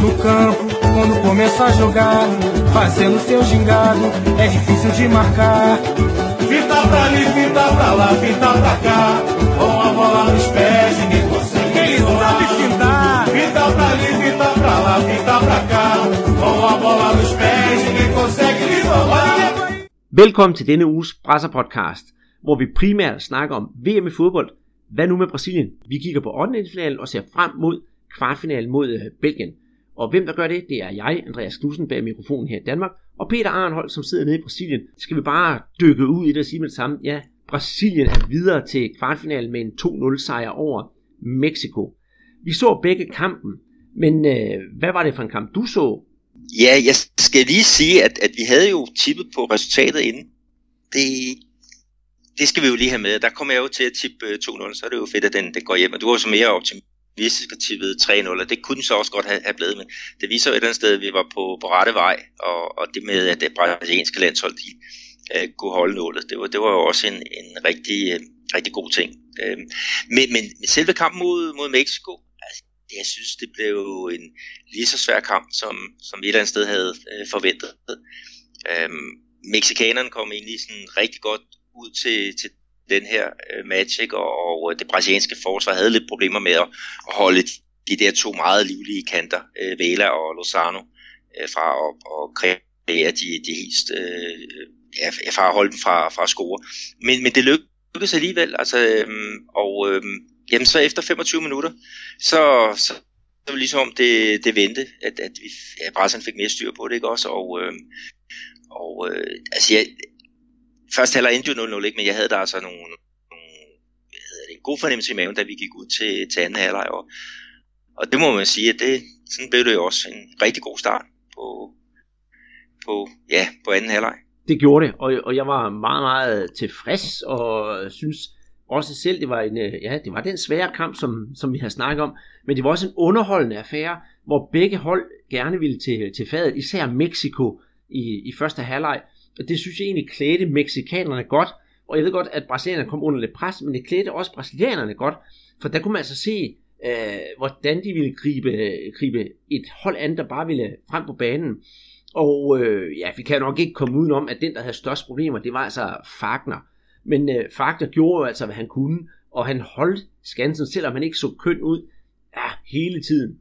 No campo, quando começa a jogar, fazendo seu gingado, é difícil de marcar. Fita pra ali, fita pra lá, fita pra cá, com a bola nos pés, ninguém consegue. Ele sabe fintar. Fita pra ali, fita pra lá, fita pra cá, com a bola nos pés, ninguém consegue lhe roubar. Velkommen til denne uges Brasser-podcast, hvor vi primært snakker om VM i fodbold. Hvad nu med Brasilien? Vi kigger på 8. finalen og ser frem mod kvartfinalen mod Belgien. Og hvem der gør det, det er jeg, Andreas Knudsen, bag mikrofonen her i Danmark, og Peter Arnhold, som sidder nede i Brasilien. Skal vi bare dykke ud i det og sige med det samme? Ja, Brasilien er videre til kvartfinalen med en 2-0 sejr over Mexico. Vi så begge kampen, men hvad var det for en kamp, du så? Ja, jeg skal lige sige, at vi havde jo tippet på resultatet inden. Det skal vi jo lige have med. Der kommer jeg jo til at tippe 2-0, så er det jo fedt, at den går hjem. Og du var så mere optimistisk og tippet 3-0, og det kunne den så også godt have blevet. Men det viser jo et eller andet sted, at vi var på rette vej, og det med, at det brasilianske landshold de kunne holde nålet, det var jo også en rigtig god ting. Men selve kampen mod Mexico, altså, jeg synes, det blev en lige så svær kamp, som vi et eller andet sted havde forventet. Mexikanerne kom egentlig sådan rigtig godt ud til den her match, ikke? Og det brasilianske forsvar havde lidt problemer med at holde de der to meget livlige kanter, Vela og Lozano, fra at kreere de helt fra at holde dem fra at score. Men det lykkedes alligevel, altså, jamen så efter 25 minutter, så var det ligesom om det vendte, at Brasilien fik mere styr på det, ikke også, altså først halvleg endte jo 0-0, ikke, men jeg havde der altså en god fornemmelse i maven, da vi gik ud til anden halvleg, og det må man sige, at sådan blev det jo også en rigtig god start på anden halvleg. Det gjorde det, og jeg var meget, meget tilfreds, og synes også selv, det var den svære kamp, som vi har snakket om, men det var også en underholdende affære, hvor begge hold gerne ville til fadet, især Mexico i første halvleg. Og det synes jeg egentlig klædte mexikanerne godt, og jeg ved godt, at brasilianerne kom under lidt pres, men det klædte også brasilianerne godt, for der kunne man altså se, hvordan de ville gribe et hold an, der bare ville frem på banen. Og vi kan nok ikke komme udenom, at den, der havde størst problemer, det var altså Fagner. Men Fagner gjorde jo altså, hvad han kunne, og han holdt skansen, selvom han ikke så køn ud hele tiden.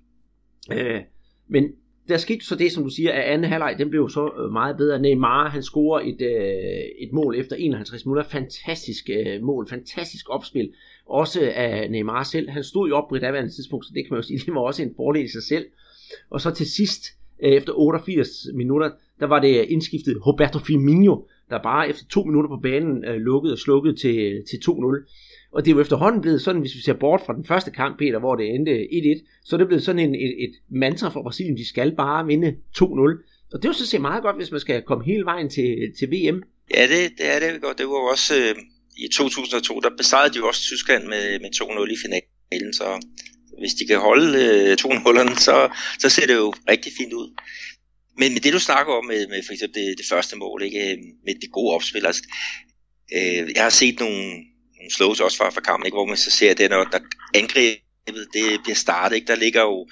Men der skete så det, som du siger, at anden halvleg, den blev så meget bedre. Neymar, han scorer et mål efter 51 minutter. Fantastisk mål, fantastisk opspil. Også af Neymar selv. Han stod jo op på et daværende tidspunkt, så det kan man jo sige, det var også en fordel i sig selv. Og så til sidst, efter 88 minutter, der var det indskiftet Roberto Firmino, der bare efter 2 minutter på banen lukkede og slukkede til 2-0. Og det er jo efterhånden blevet sådan, hvis vi ser bort fra den første kamp, Peter, hvor det endte 1-1, så er det blevet sådan et mantra for Brasilien, de skal bare vinde 2-0. Og det er jo så set meget godt, hvis man skal komme hele vejen til VM. Ja, det er det godt. Det var jo også i 2002, der besejrede de jo også Tyskland med 2-0 i finalen, så hvis de kan holde 2-0'erne, så ser det jo rigtig fint ud. Men det du snakker om med for eksempel det første mål, ikke, med det gode opspil, altså, jeg har set nogle slows også fra kampen, ikke, hvor man så ser, at det, når der angrebet det bliver startet, ikke, der ligger jo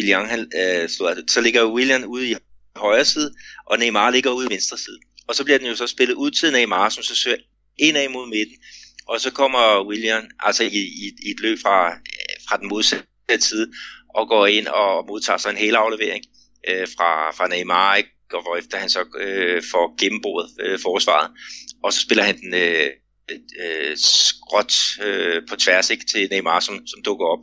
så ligger jo Willian ude i højre side, og Neymar ligger ude i venstre side. Og så bliver den jo så spillet ud til Neymar, som så søger indad mod midten, og så kommer Willian altså i et løb fra den modsatte side, og går ind og modtager så en hel aflevering fra Neymar, ikke? Og hvorefter han så får gennembordet forsvaret, og så spiller han den skråt på tværs, ikke, til Neymar, som dukker op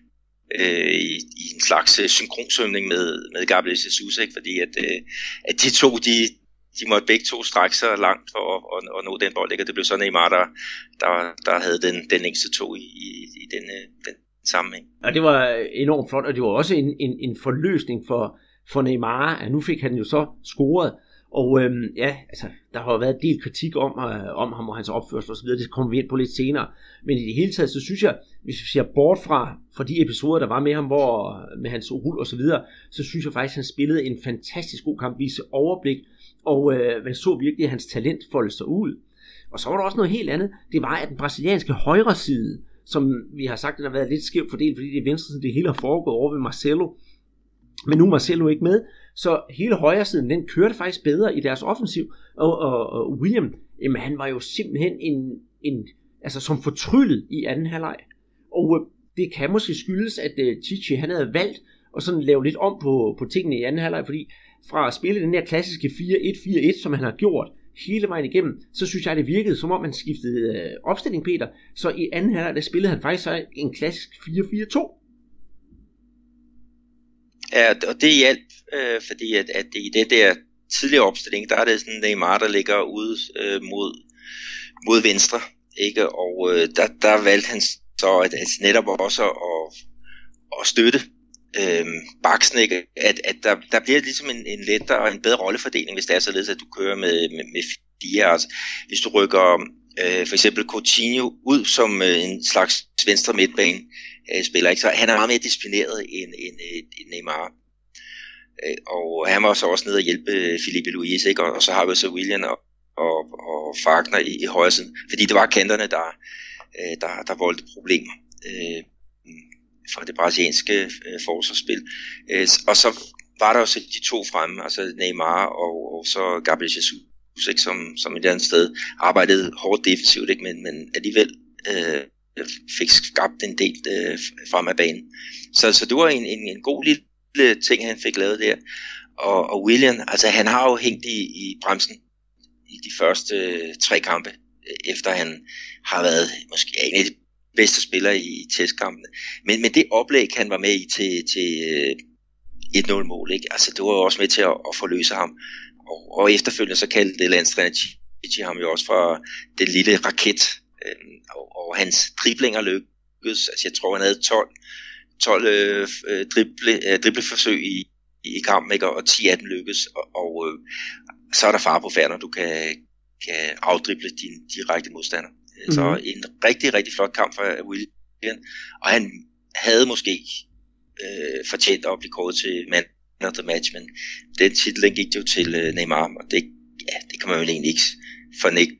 i en slags synkronsvømning med Gabriel Jesus, ikke? Fordi at de to, de måtte begge to strække sig langt for at nå den bold, ikke? Og det blev så Neymar, der havde den længste to i den sammenhæng. Og det var enormt flot, og det var også en forløsning for Neymar, at nu fik han jo så scoret. Og altså, der har jo været en del kritik om ham og hans opførsel og så videre, det kommer vi ind på lidt senere. Men i det hele taget, så synes jeg, hvis vi ser bort fra de episoder, der var med ham, hvor med hans uhuld og så videre, så synes jeg faktisk, han spillede en fantastisk god kamp, viste overblik, og man så virkelig hans talent folde sig ud. Og så var der også noget helt andet, det var, at den brasilianske højre side, som vi har sagt, den har været lidt skævt fordelt, fordi det er venstre side, det hele har foregået over ved Marcelo. Men nu er Marcelo ikke med, så hele højre siden, den kørte faktisk bedre i deres offensiv, og William, jamen han var jo simpelthen altså som fortryllet i anden halvleg, og det kan måske skyldes, at Tite han havde valgt at sådan lave lidt om på tingene i anden halvleg, fordi fra at spille den der klassiske 4-1-4-1, som han har gjort hele vejen igennem, så synes jeg, det virkede, som om man skiftede opstilling, Peter. Så i anden halvleg, der spillede han faktisk en klassisk 4-4-2. Ja, og det hjalp, fordi at i det der tidligere opstilling, der er det sådan Neymar, der ligger ude mod venstre, ikke? Og der valgte han så at netop også at støtte baksen, ikke? At der bliver ligesom en lettere og en bedre rollefordeling, hvis det er således, at du kører med 4. Altså, hvis du rykker for eksempel Coutinho ud som en slags venstre midtbane spiller, ikke? Så han er meget mere disciplineret end Neymar. Og han var så også nede og hjælpe Filipe Luis, ikke? Og så har vi så William og Fagner i højre siden, fordi det var kanterne, der voldte problemer for det brasilianske forsvarsspil. Og så var der jo så de to fremme, altså Neymar og så Gabriel Jesus, ikke? Som et andet sted arbejdede hårdt defensivt, ikke? Men alligevel fik skabt en del frem af banen. Så det var en god lille ting, han fik lavet der. Og William, altså han har jo hængt i bremsen i de første 3 kampe, efter han har været måske en af de bedste spillere i testkampene. Men det oplæg, han var med i til 1-0-mål, ikke? Altså det var jo også med til at forløse ham. Og efterfølgende så kaldte landstræner Tite ham jo også for den lille raket. Og hans driblinger lykkedes. Altså jeg tror, han havde 12 dribleforsøg i kampen, ikke? Og 10 af dem lykkedes. Og så er der fare på færd, når du kan afdrible din direkte modstander. Mm-hmm. Så en rigtig, rigtig flot kamp for William. Og han havde måske fortjent at blive kåret til man of the match, men den titel, den gik jo til Neymar, og det kan man jo egentlig ikke fornægte,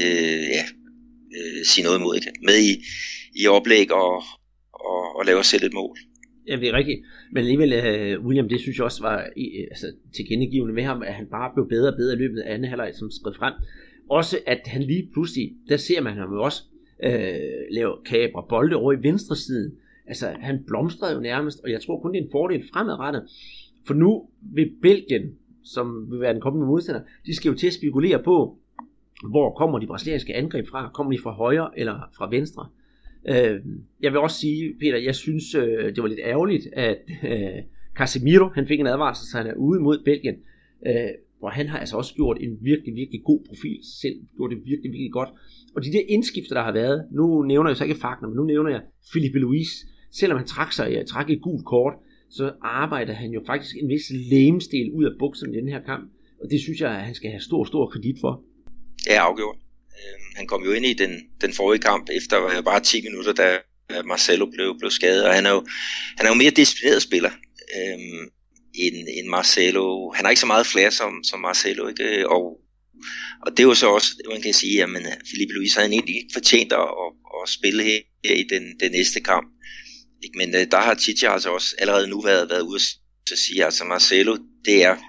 sige noget imod, ikke? Med i oplæg og lave selv et mål. Ja, det er rigtigt. Men alligevel, William, det synes jeg også var tilkendegivende med ham, at han bare blev bedre og bedre i løbet af anden halvleg, som skred frem. Også at han lige pludselig, der ser man ham jo også lave kabre bolde over i venstre siden. Altså, han blomstrede jo nærmest, og jeg tror kun, det er en fordel fremadrettet. For nu vil Belgien, som vil være den kommende modstander, de skal jo til at spekulere på, hvor kommer de brasilianske angreb fra? Kommer de fra højre eller fra venstre? Jeg vil også sige, Peter, jeg synes, det var lidt ærgerligt, at Casemiro, han fik en advarsel, så han er ude mod Belgien. Hvor han har altså også gjort en virkelig, virkelig god profil selv. Gjort det virkelig, virkelig godt. Og de der indskifter, der har været, nu nævner jeg så ikke Fagner, men nu nævner jeg Filipe Luis. Selvom han trak et gult kort, så arbejder han jo faktisk en vis legemsdel ud af bukserne i den her kamp. Og det synes jeg, at han skal have stor kredit for. Ja, afgjort. Han kom jo ind i den forrige kamp efter bare 10 minutter, da Marcelo blev skadet. Og han er jo mere disciplineret spiller end Marcelo. Han har ikke så meget flere som Marcelo, ikke? Og det er jo så også, man kan sige, at Filipe Luis havde egentlig ikke fortjent at spille her i den næste kamp. Men der har Tite altså også allerede nu været ude til at sige, altså Marcelo, det er,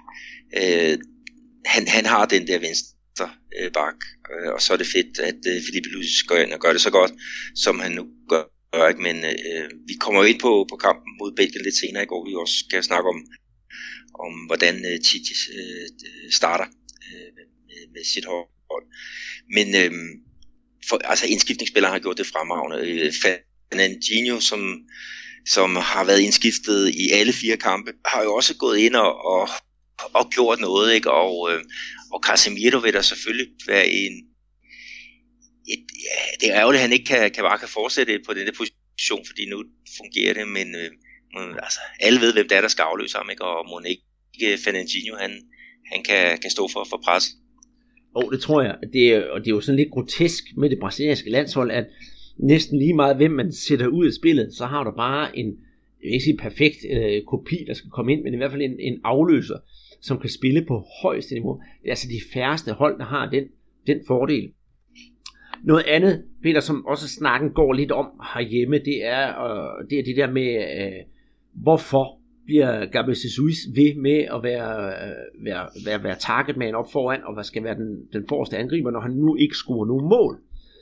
han har den der venstre bak, og så er det fedt, at Filipe Luis går ind og gør det så godt, som han nu gør. Men vi kommer jo ind på kampen mod Belgien lidt senere i går, vi også skal snakke om hvordan Tite starter med sit hold. Men altså indskiftningsspillere har gjort det fremragende. Fernandinho, som har været indskiftet i alle 4 kampe, har jo også gået ind og gjort noget, ikke? Og Casemiro vil der selvfølgelig være det er ærgerligt, at han ikke kan fortsætte på denne position, fordi nu fungerer det, men altså, alle ved, hvem det er, der skal afløse ham, ikke? Og må ikke Fernandinho, han kan stå for pres. Det tror jeg, og det er jo sådan lidt grotesk med det brasilianske landshold, at næsten lige meget, hvem man sætter ud af spillet, så har du bare en, jeg vil ikke sige perfekt kopi, der skal komme ind, men i hvert fald en afløser, som kan spille på højeste niveau. Det er altså de færreste hold, der har den fordel. Noget andet, Peter, som også snakken går lidt om herhjemme, det er det der med, hvorfor bliver Gabriel Jesus ved med at være targetman op foran, og hvad skal være den forreste angriber, når han nu ikke scorer nogen mål?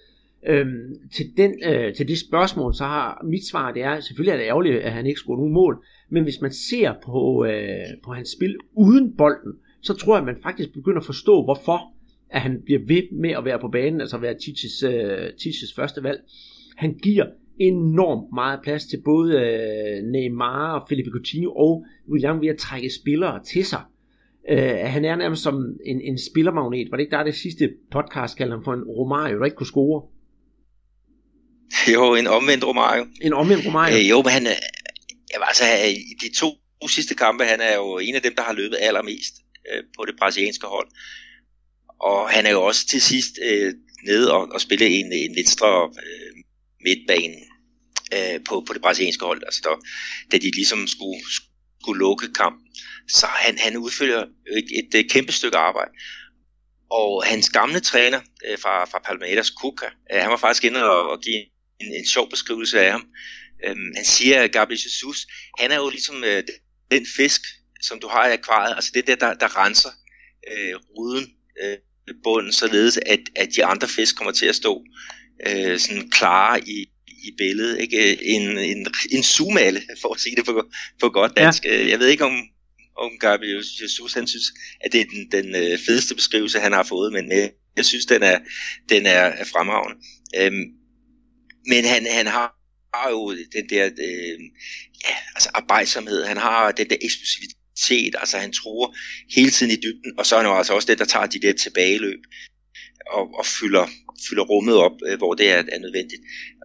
Til det spørgsmål, så har mit svar, det er, selvfølgelig er det ærgerligt, at han ikke scorer nogen mål, men hvis man ser på hans spil uden bolden, så tror jeg, at man faktisk begynder at forstå, hvorfor at han bliver ved med at være på banen, altså være Titi's første valg. Han giver enormt meget plads til både Neymar, Felipe Coutinho og Willian ved at trække spillere til sig. Han er nærmest som en spillermagnet. Var det ikke der det sidste podcast kaldte han for en Romario, der ikke kunne score? Jo, en omvendt Romario. En omvendt Romario. Jo, men han altså, i de to sidste kampe, han er jo en af dem, der har løbet allermest på det brasilianske hold. Og han er jo også til sidst nede og spille en venstre midtbane på det brasilianske hold. Altså da de ligesom skulle lukke kampen. Så han udfører et kæmpe stykke arbejde. Og hans gamle træner fra Palmeiras, Cuca, han var faktisk inde og give en sjov beskrivelse af ham. Han siger, at Gabriel Jesus, han er jo ligesom den fisk, som du har i akvariet. Altså det der renser ruden bunden, således at de andre fisk kommer til at stå sådan klare i billedet. Ikke? En zoomalle, for at sige det på godt dansk. Ja. Jeg ved ikke om Gabriel Jesus, han synes, at det er den fedeste beskrivelse, han har fået, men jeg synes, den er fremragende. Men han har jo den der altså arbejdsomhed, han har den der eksplosivitet, altså han tror hele tiden i dybden, og så er han jo altså også det, der tager de der tilbageløb og fylder rummet op, hvor det er nødvendigt.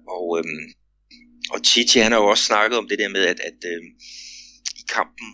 Og Tite, han har jo også snakket om det der med, at i kampen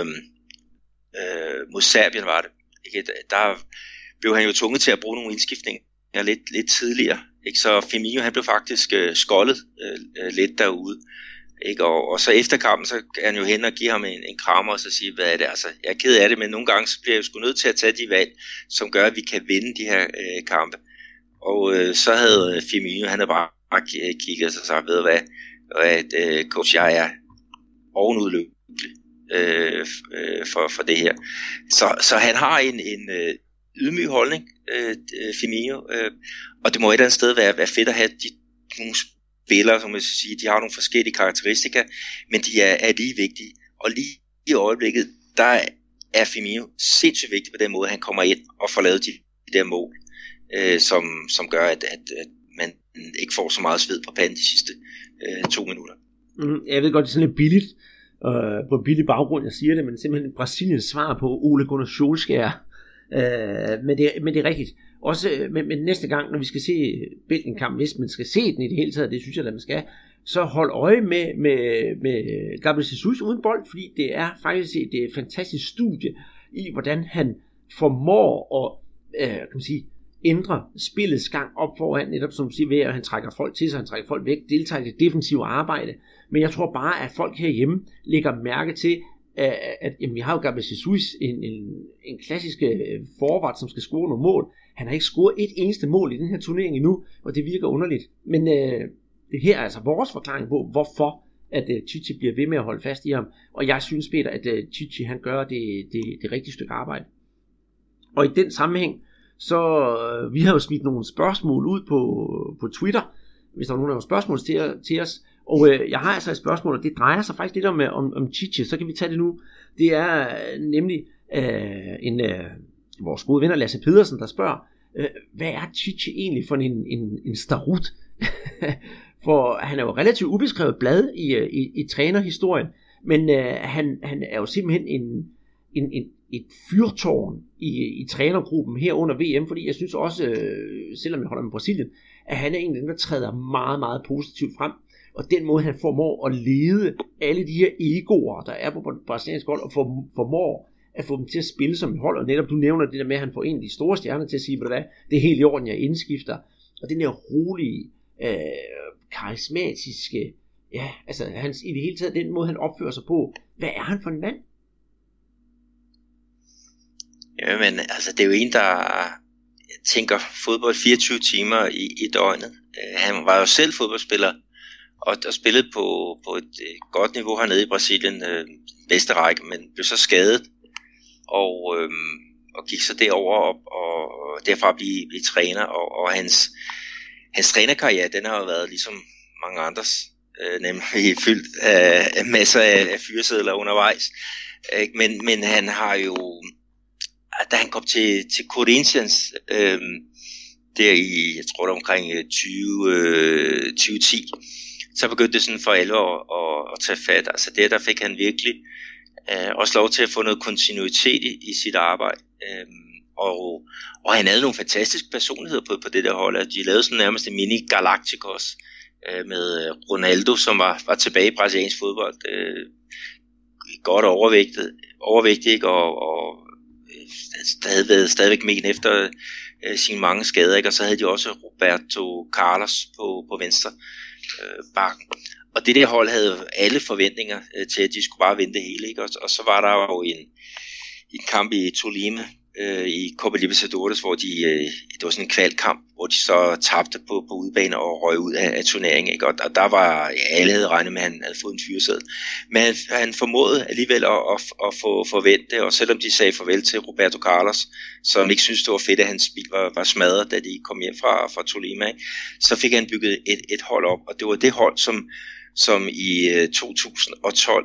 mod Serbien var det, ikke? Der blev han jo tvunget til at bruge nogle indskiftninger lidt tidligere, ikke? Så Firmino, han blev faktisk skoldet lidt derude, ikke? Og så efter kampen, så kan han jo hen og give ham en krammer og så sige, hvad er det, altså jeg er ked af det, men nogle gange så bliver jeg jo sgu nødt til at tage de valg, som gør, at vi kan vinde de her kampe. Og så havde Firmino, han havde bare kigget og sagt, ved du hvad, coach, jeg er ovenudlykkelig for det her. Så han har en ydmyg holdning, Firmino, og det må et eller andet sted være fedt at have nogle spillere, som jeg skal sige, de har nogle forskellige karakteristika, men de er lige vigtige. Og lige i øjeblikket, der er Firmino sindssygt vigtig på den måde, han kommer ind og får lavet de der mål, som gør, at man ikke får så meget sved på panden de sidste 2 minutter. Jeg ved godt, det er sådan lidt billigt, på en billig baggrund, jeg siger det, men simpelthen Brasiliens svar på Ole Gunnar Solskjaer. Men det er rigtigt. Også men næste gang, når vi skal se Belgien-kampen, hvis man skal se den i det hele taget, det synes jeg, at man skal, så hold øje med Gabriel Jesus uden bold, fordi det er faktisk et fantastisk studie i, hvordan han formår at kan man sige, ændre spillets gang op foran, netop som du siger, ved at han trækker folk til sig, han trækker folk væk, deltager i det defensive arbejde. Men jeg tror bare, at folk herhjemme lægger mærke til, at jamen, vi har jo Gabriel Jesus, en klassisk forward, som skal score nogle mål. Han har ikke scoret et eneste mål i den her turnering endnu, og det virker underligt. Men det her er altså vores forklaring på, hvorfor at Tite bliver ved med at holde fast i ham. Og jeg synes, Peter, at Tite han gør det rigtige stykke arbejde. Og i den sammenhæng, så vi har jo smidt nogle spørgsmål ud på Twitter, hvis der er nogen, der har spørgsmål til os. Og jeg har altså et spørgsmål, og det drejer sig faktisk lidt om Tite, så kan vi tage det nu. Det er nemlig vores gode venner Lasse Pedersen, der spørger, hvad er Tite egentlig for en starut? For han er jo relativt ubeskrevet blad i trænerhistorien, men han er jo simpelthen et fyrtårn i trænergruppen her under VM, fordi jeg synes også, selvom jeg holder med Brasilien, at han er en af dem, der træder meget, meget positivt frem. Og den måde, han formår at lede alle de her egoer, der er på brasiliansk hold, og formår at få dem til at spille som et hold. Og netop du nævner det der med, at han får en af de store stjerner til at sige, hvad det er helt i orden, jeg indskifter. Og den der rolige, karismatiske, ja, altså hans, i det hele taget den måde, han opfører sig på. Hvad er han for en mand? Jamen, altså det er jo en, der tænker fodbold 24 timer i døgnet. Han var jo selv fodboldspiller, og spillede på et godt niveau hernede i Brasilien, bedste række, men blev så skadet, og gik så derover og derfra blive træner, og hans trænerkarriere, den har jo været ligesom mange andres, nemlig fyldt af masser af fyresedler undervejs, men han har jo, da han kom til Corinthians, der i, jeg tror det omkring 2010, så begyndte det sådan for alvor at tage fat. Altså der fik han virkelig også lov til at få noget kontinuitet i sit arbejde. Og han havde nogle fantastiske personligheder på det der hold. De lavede sådan nærmest en mini Galacticos med Ronaldo, som var tilbage i brasiliansk fodbold. Godt overvægtig, ikke? Og stadigvæk med efter sine mange skader, ikke? Og så havde de også Roberto Carlos på venstre bakken. Og det der hold havde alle forventninger til, at de skulle bare vinde det hele, ikke? Og så var der jo en kamp i Tolima i Copa Libertadores, hvor det var sådan en kvalkamp, hvor de så tabte på udebane og røg ud af turneringen, ikke? Og der var, alle havde regnet med, at han havde fået en fyreseddel. Men han formåede alligevel at få forvente, og selvom de sagde farvel til Roberto Carlos, som ikke syntes, det var fedt, at hans bil var smadret, da de kom hjem fra Tolima, ikke? Så fik han bygget et hold op, og det var det hold, som i 2012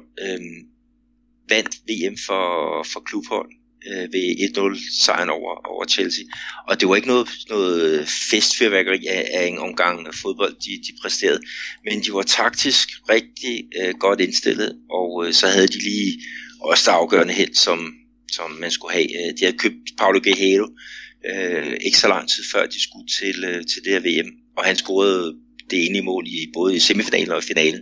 vandt VM for klubhold ved 1-0 sejren over Chelsea. Og det var ikke noget festfyrværkeri af en omgang fodbold, de præsterede, men de var taktisk rigtig godt indstillet, og så havde de lige også der afgørende held, som man skulle have. De havde købt Paulo Guerrero ikke så lang tid før de skulle til det her VM, og han scorede det ene mål i både i semifinalen og finalen.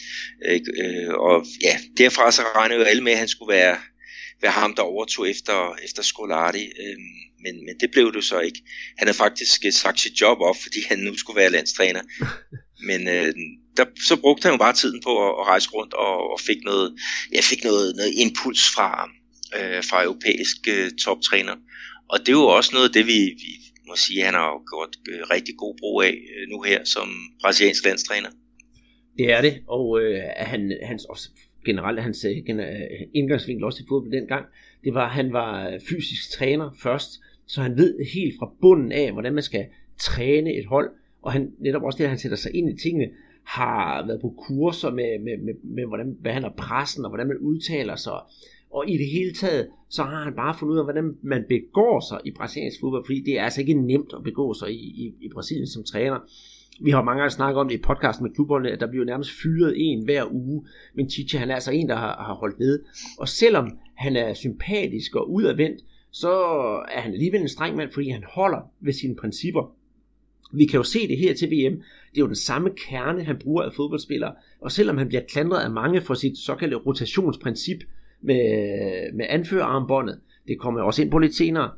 Og ja, derfra så regnede jo alle med, at han skulle være ham, der overtog efter Scolari, men det blev det så ikke. Han havde faktisk sagt sit job op, fordi han nu skulle være landstræner. Men så brugte han jo bare tiden på at rejse rundt og fik noget impuls fra europæiske toptræner. Og det er jo også noget af det, vi må sige, han har gjort rigtig god brug af nu her som brasiliansk landstræner. Det er det, og hans også generelt hans indgangsvinkel også i fodbold dengang, det var, at han var fysisk træner først, så han ved helt fra bunden af, hvordan man skal træne et hold, og han netop også det, at han sætter sig ind i tingene, har været på kurser med hvordan behandler pressen, og hvordan man udtaler sig, og i det hele taget, så har han bare fundet ud af, hvordan man begår sig i brasiliansk fodbold, fordi det er altså ikke nemt at begå sig i Brasilien som træner. Vi har mange gange snakket om det i podcasten med klubholdene, at der bliver nærmest fyret en hver uge. Men Tite, han er altså en, der har holdt ved. Og selvom han er sympatisk og udadvendt, så er han alligevel en streng mand, fordi han holder ved sine principper. Vi kan jo se det her til VM. Det er jo den samme kerne, han bruger af fodboldspillere. Og selvom han bliver klandret af mange for sit såkaldte rotationsprincip med anførerarmbåndet, det kommer jeg også ind på lidt senere,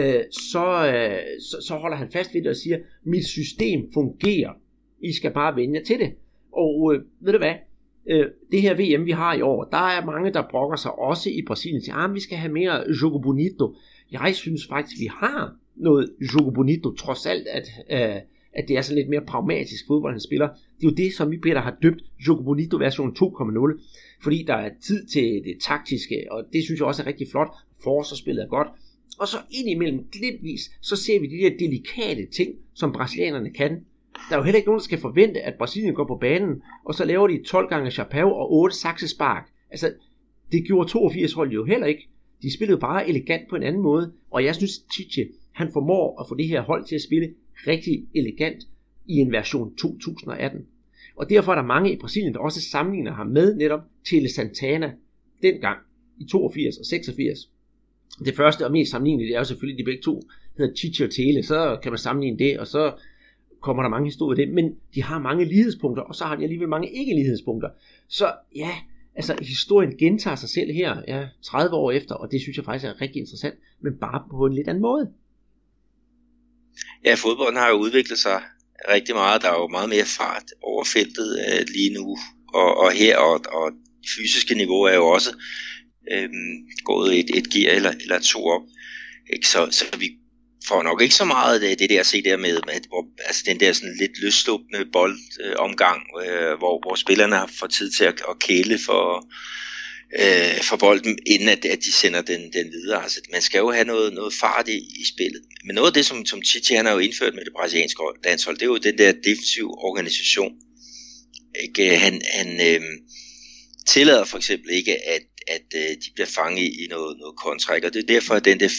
så holder han fast ved det og siger, mit system fungerer, I skal bare vende jer til det. Og ved du hvad, det her VM vi har i år, der er mange der brokker sig også i Brasilien til, vi skal have mere jogo bonito. Jeg synes faktisk vi har noget jogo bonito, trods alt at det er sådan lidt mere pragmatisk fodbold han spiller. Det er jo det som vi Peter har døbt jogo bonito version 2.0, fordi der er tid til det taktiske, og det synes jeg også er rigtig flot. Forsvarsspillet er godt. Og så indimellem glimtvis, så ser vi de der delikate ting, som brasilianerne kan. Der er jo heller ikke nogen, der skal forvente, at Brasilien går på banen, og så laver de 12 gange chapéu og 8 saksespark. Altså, det gjorde 82 hold jo heller ikke. De spillede bare elegant på en anden måde, og jeg synes, Tite, han formår at få det her hold til at spille rigtig elegant i en version 2018. Og derfor er der mange i Brasilien, der også sammenligner ham med netop Tele Santana dengang i 82 og 86. Det første og mest sammenlignelige, det er jo selvfølgelig, de begge to hedder Tite og Tele, så kan man sammenligne det, og så kommer der mange historier i det, men de har mange lighedspunkter, og så har de alligevel mange ikke-lighedspunkter. Så ja, altså historien gentager sig selv her, 30 år efter, og det synes jeg faktisk er rigtig interessant, men bare på en lidt anden måde. Ja, fodbolden har jo udviklet sig rigtig meget, der er jo meget mere fart over feltet lige nu, og her, og det fysiske niveau er jo også gået et gear eller to op. Ikke? Så vi får nok ikke så meget det der at se der med altså den der sådan lidt løsslupne boldomgang, hvor spillerne har fået tid til at kæle for bolden, inden at de sender den videre. Altså, man skal jo have noget fart i spillet. Men noget af det, som Tite han har jo indført med det brasilianske landshold, det er jo den der defensive organisation. Ikke? Han tillader for eksempel ikke, at de bliver fanget i noget kontræk, og det er derfor, at den der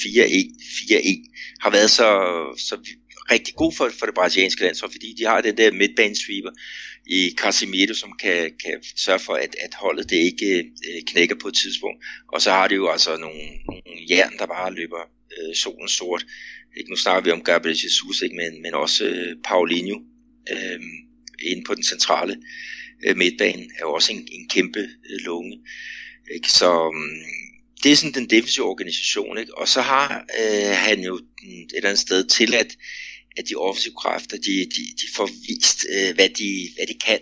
4-1 har været så rigtig god for det brasilianske landshold, fordi de har den der midtbanesweeper i Casemiro, som kan sørge for, at holdet det ikke knækker på et tidspunkt. Og så har de jo altså nogle jern, der bare løber solen sort. Ikke, nu snakker vi om Gabriel Jesus, ikke, men også Paulinho inde på den centrale midtbane er jo også en kæmpe lunge. Ikke? Så det er sådan den defensive organisation, ikke? Og så har han jo et eller andet sted tilladt, at de offensive kræfter, de får vist, hvad de kan.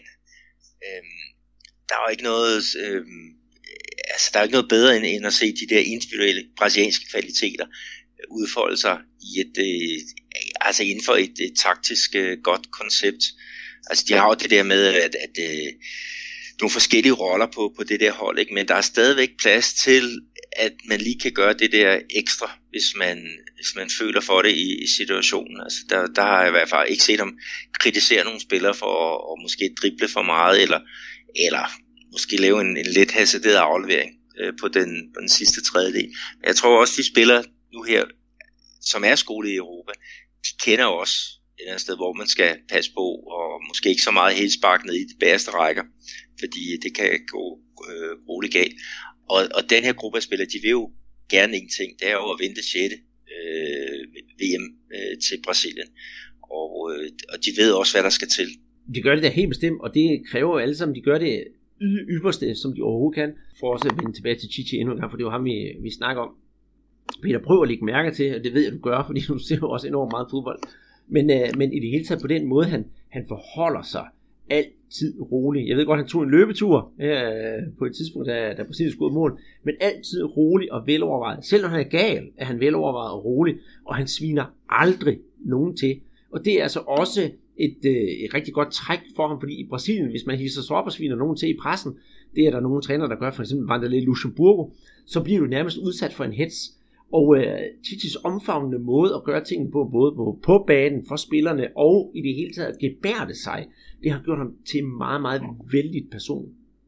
Der er jo ikke noget, der er ikke noget bedre end at se de der individuelle brasilianske kvaliteter udfolde sig i altså inden for et taktisk godt koncept. Altså de har jo det der med, at nogle forskellige roller på det der hold, ikke? Men der er stadigvæk plads til, at man lige kan gøre det der ekstra, hvis man føler for det i situationen. Altså der har jeg i hvert fald ikke set ham kritisere nogle spillere for at måske drible for meget, eller måske lave en lidt hasarderet aflevering på den sidste tredjedel. Men jeg tror også, de spillere nu her, som er skolet i Europa, de kender også et eller andet sted, hvor man skal passe på, og måske ikke så meget helt spark ned i de bagerste rækker, fordi det kan gå roligt galt. Og den her gruppe af spillere, de vil jo gerne en ting, det er jo at vinde det 6. VM til Brasilien. Og de ved også, hvad der skal til. De gør det da helt bestemt, og det kræver jo alle sammen, de gør det ypperste, som de overhovedet kan, for også at vende tilbage til Tite endnu en gang, for det er jo ham, vi snakker om. Peter, prøv at lægge mærke til, og det ved jeg, du gør, fordi du ser jo også enormt meget fodbold. Men i det hele taget på den måde, han forholder sig altid rolig. Jeg ved godt, han tog en løbetur på et tidspunkt, da Brasilien skød mål, men altid rolig og velovervejet. Selv når han er gal, er han velovervejet og rolig, og han sviner aldrig nogen til. Og det er altså også et rigtig godt træk for ham, fordi i Brasilien, hvis man hisser sig op og sviner nogen til i pressen, det er der nogle trænere, der gør, for eksempel Vanderlei Luxemburgo, så bliver du nærmest udsat for en hets. Og Titis omfavnende måde at gøre tingene på, både på banen for spillerne og i det hele taget at gebærde sig, det har gjort ham til en meget, meget vældig person.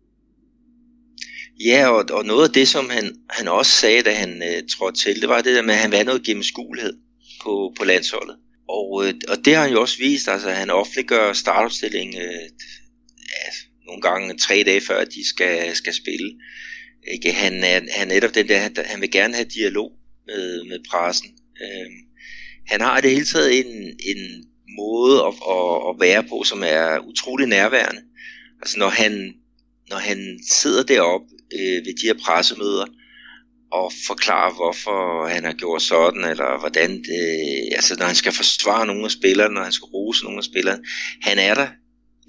Ja, og noget af det, som han også sagde, da han trådte til, det var det der med, at han var noget gennemskuelighed på landsholdet. Og det har han jo også vist, altså han offentliggør startopstillingen nogle gange 3 dage før, de skal spille. Ikke? Han er netop den der, han vil gerne have dialog med pressen. Han har i det hele taget en måde at være på, som er utrolig nærværende. Altså når han sidder deroppe ved de her pressemøder og forklarer, hvorfor han har gjort sådan, eller hvordan det, altså når han skal forsvare nogle af spillerne, når han skal rose nogle af spillerne, han er der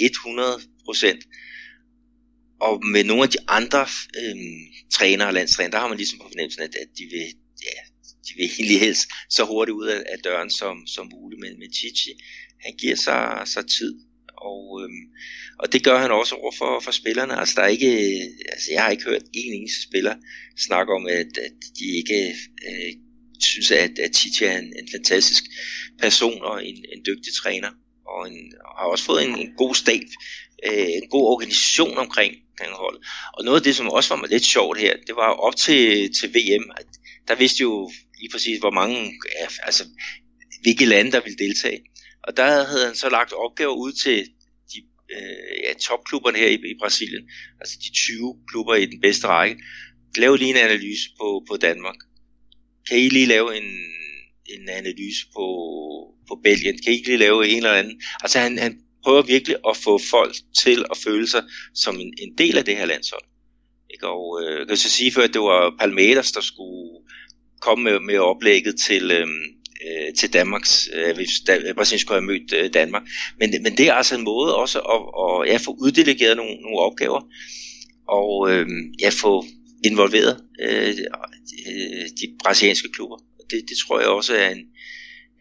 100%. Og med nogle af de andre trænere og landstrænere, der har man ligesom på fornemmelsen, at de vil egentlig helst så hurtigt ud af døren som muligt. Men med Tite, han giver sig tid. Og det gør han også over for spillerne. Altså, jeg har ikke hørt en eneste spiller snakke om, at de ikke synes, at Tite er en fantastisk person og en dygtig træner. Og har også fået en god stab, en god organisation omkring holdet. Og noget af det, som også var lidt sjovt her, det var op til VM. Der vidste jo lige præcis, hvor mange, altså hvilke lande, der ville deltage. Og der havde han så lagt opgaver ud til de topklubberne her i Brasilien, altså de 20 klubber i den bedste række. Lav lige en analyse på Danmark. Kan I lige lave en analyse på Belgien? Kan I lige lave en eller anden? Altså han prøver virkelig at få folk til at føle sig som en del af det her landshold. Ikke? Og jeg kan så sige før, at det var Palmeiras, der skulle komme med oplægget til Danmarks, hvis Brasilien skulle have mødt Danmark. Men det er altså en måde også at få uddelegeret nogle opgaver, og få involveret de brasilianske klubber. Det tror jeg også er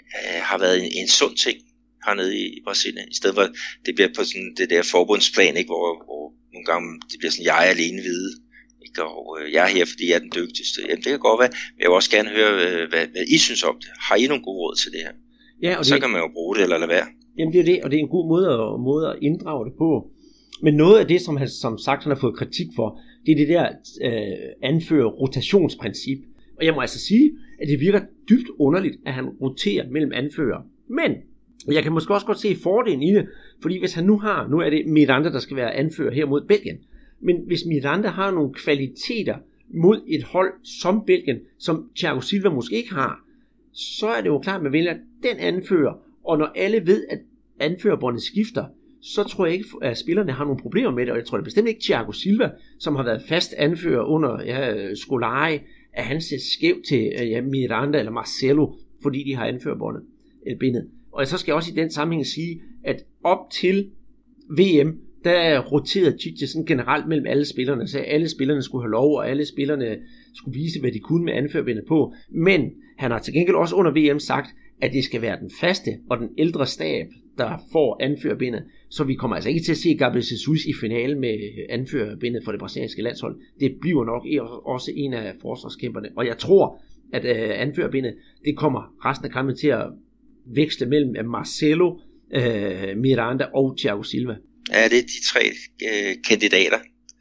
har været en sund ting hernede i Brasilien, i stedet for det bliver på sådan det der forbundsplan, ikke, hvor nogle gange det bliver sådan, jeg er alene hvide, ikke, og jeg er her, fordi jeg er den dygtigste. Jamen, det kan godt være, men jeg vil også gerne høre, hvad I synes om det. Har I nogle gode råd til det her? Ja, og så kan man jo bruge det, eller lade være. Jamen det er det, og det er en god måde at inddrage det på. Men noget af det, som han som sagt han har fået kritik for, det er det der anfører rotationsprincip. Og jeg må altså sige, at det virker dybt underligt, at han roterer mellem anfører. Men jeg kan måske også godt se fordelen i det, fordi hvis han nu er det Miranda, der skal være anfører her mod Belgien. Men hvis Miranda har nogle kvaliteter mod et hold som Belgien, som Thiago Silva måske ikke har, så er det jo klart, at man vælger den anfører. Og når alle ved, at anførerbåndet skifter, så tror jeg ikke, at spillerne har nogle problemer med det. Og jeg tror det bestemt ikke Thiago Silva, som har været fast anfører under Scolari, at han ser skævt til Miranda eller Marcelo, fordi de har anførerbåndet bindet. Og så skal jeg også i den sammenhæng sige, at op til VM, der roterede Tite sådan generelt mellem alle spillerne, så alle spillerne skulle have lov, og alle spillerne skulle vise, hvad de kunne med anførerbindet på. Men han har til gengæld også under VM sagt, at det skal være den faste og den ældre stab, der får anførerbindet. Så vi kommer altså ikke til at se Gabriel Jesus i finalen med anførerbindet for det brasilianske landshold. Det bliver nok også en af forsvarskæmperne. Og jeg tror, at anførerbindet, det kommer resten af kampen til at veksle mellem Marcelo, Miranda og Thiago Silva. Ja, det er de tre kandidater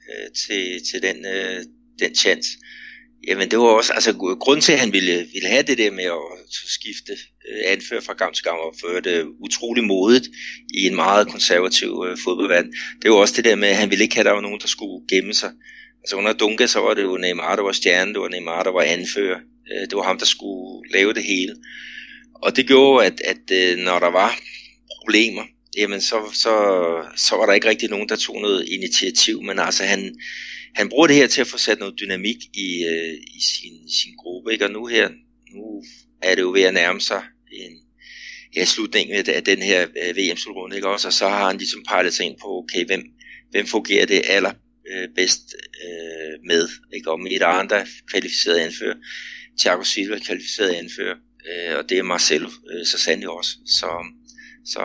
til den chance. Jamen det var også, altså grund til at han ville have det der med at skifte anfører fra gang til gang og føre det utrolig modigt i en meget konservativ fodboldverden. Det var også det der med, at han ville ikke have, at der var nogen, der skulle gemme sig. Altså under Dunga, så var det jo Neymar, der var stjernen, det var Neymar, der var anfører. Det var ham, der skulle lave det hele. Og det gjorde, at når der var problemer, jamen så var der ikke rigtig nogen, der tog noget initiativ, men altså han bruger det her til at få sat noget dynamik i sin gruppe, ikke? Og nu er det jo ved at nærme sig slutningen af den her VM-slutrunde, ikke også? Og så har han ligesom pejlet sig ind på, okay, hvem fungerer det bedst med, ikke? Og Miranda kvalificeret anfører, Thiago Silva kvalificeret anfører, og det er Marcelo så sandelig også. Så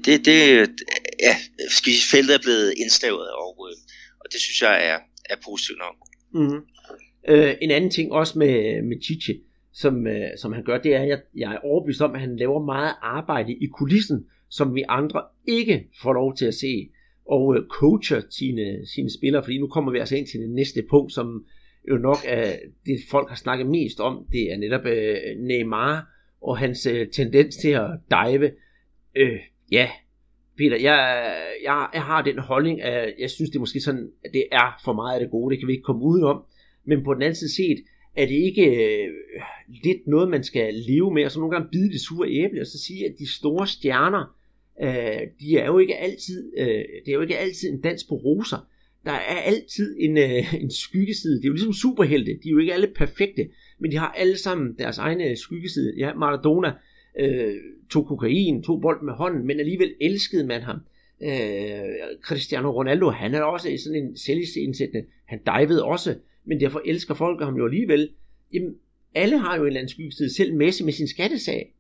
feltet er blevet indsnævret, og det synes jeg er positivt nok. Mm-hmm. En anden ting også med Tite, som han gør, det er, at jeg er overbevist om, at han laver meget arbejde i kulissen, som vi andre ikke får lov til at se, og coacher sine spillere, fordi nu kommer vi altså ind til det næste punkt, som jo nok er det, folk har snakket mest om. Det er netop Neymar og hans tendens til at dive. Ja, Peter, jeg har den holdning, at jeg synes, det er måske sådan, at det er for meget af det gode, det kan vi ikke komme udenom. Men på den anden side set, er det ikke lidt noget, man skal leve med, og så nogle gange bide det sure æble, og så sige, at de store stjerner, de er jo ikke altid, det er jo ikke altid en dans på roser. Der er altid en skyggeside. Det er jo ligesom superhelte. De er jo ikke alle perfekte, men de har alle sammen deres egne skyggeside. Ja, Maradona tog kokain, tog bold med hånden, men alligevel elskede man ham. Cristiano Ronaldo, han er også sådan en selvisensættende. Han divede også, men derfor elsker folk ham jo alligevel. Jamen, alle har jo en eller anden skyggeside, selv Messi med sin skattesag.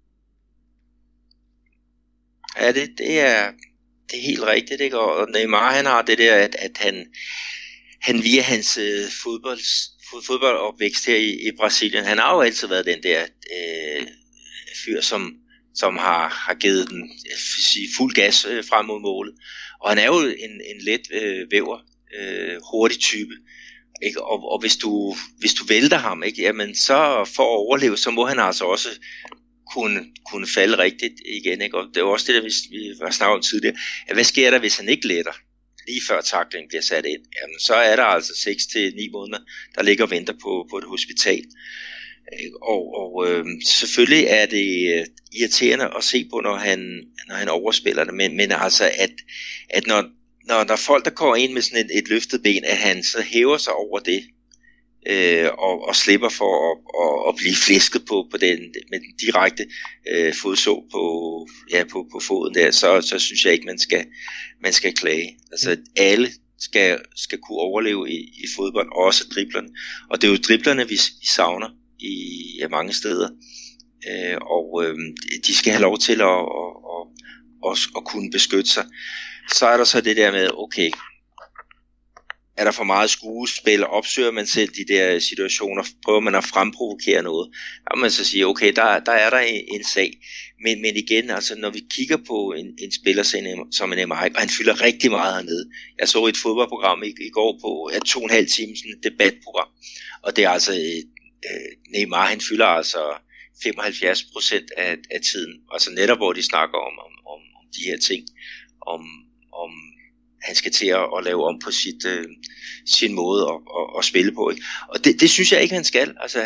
Ja, det er helt rigtigt, ikke? Og Neymar, han har det der, at han via hans fodboldopvækst her i Brasilien, han har jo altid været den der fyr, som har givet den fuld gas frem mod målet. Og han er jo en let væver, hurtig type. Ikke? Og hvis du vælter ham, ikke? Jamen, så for at overleve, så må han altså også kunne falde rigtigt igen, ikke? Og det er også det, der vi var snakket om tidligere. Hvad sker der, hvis han ikke letter lige før tackling bliver sat ind? Jamen, så er der altså 6-9 måneder, der ligger og venter på et hospital. Og selvfølgelig er det irriterende at se på, når han overspiller det, men altså at når folk der går ind med sådan et løftet ben, at han så hæver sig over det og slipper for at blive flæsket på den med den direkte fodså på foden der, så synes jeg ikke man skal klage. Altså alle skal kunne overleve i fodbold, også driblerne. Og det er jo driblerne vi savner i mange steder. de skal have lov til at kunne beskytte sig. Så er der så det der med, okay, er der for meget skuespil, opsøger man selv de der situationer, prøver man at fremprovokere noget, der må man så sige, okay, der er der en sag. Men igen, altså når vi kigger på en spiller som en Neymar, og han fylder rigtig meget hernede. Jeg så et fodboldprogram i går på 2,5 timer, sådan et debatprogram, og det er altså, Neymar, han fylder altså 75% af tiden, altså netop hvor de snakker om de her ting, om han skal til at lave om på sin måde at spille på, ikke? Og det synes jeg ikke han skal. Altså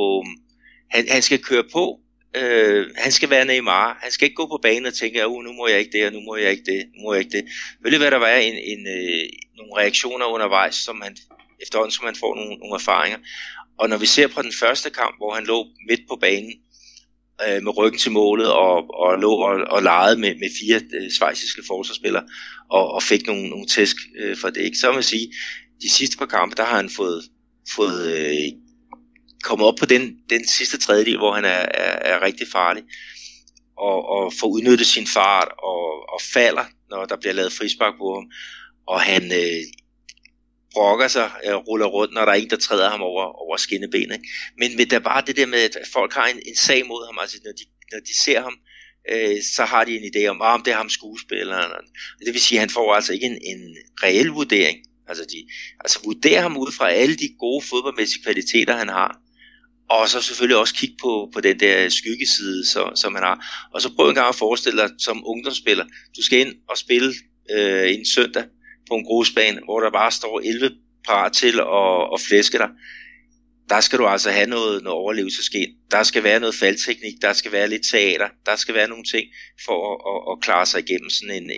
han skal køre på. Han skal være Neymar. Han skal ikke gå på banen og tænke, nu må jeg ikke det, og nu må jeg ikke det, nu må jeg ikke det. Vil være der være nogle reaktioner undervejs, som han efterhånden som han får nogle erfaringer. Og når vi ser på den første kamp, hvor han lå midt på banen med ryggen til målet og lå og legede med 4 schweiziske forsvarsspillere og fik nogle tæsk for det, ikke? Så må man sige, de sidste par kampe, der har han fået kommet op på den sidste tredjedel, hvor han er rigtig farlig og får udnyttet sin fart og falder, når der bliver lavet frispark på ham, og han brokker sig, ruller rundt, når der er en, der træder ham over skinnebenet. Men der er bare det der med, at folk har en sag mod ham, altså når de ser ham, så har de en idé om det er ham skuespilleren. Det vil sige, at han får altså ikke en reel vurdering. Altså vurderer ham ud fra alle de gode fodboldmæssige kvaliteter, han har. Og så selvfølgelig også kigge på den der skyggeside, som han har. Og så prøv en gang at forestille dig som ungdomsspiller. Du skal ind og spille en søndag på en grusbane, hvor der bare står 11 parat til at flæske dig. Der skal du altså have noget overlevelsesgen. Der skal være noget faldteknik, der skal være lidt teater, der skal være nogle ting for at klare sig igennem sådan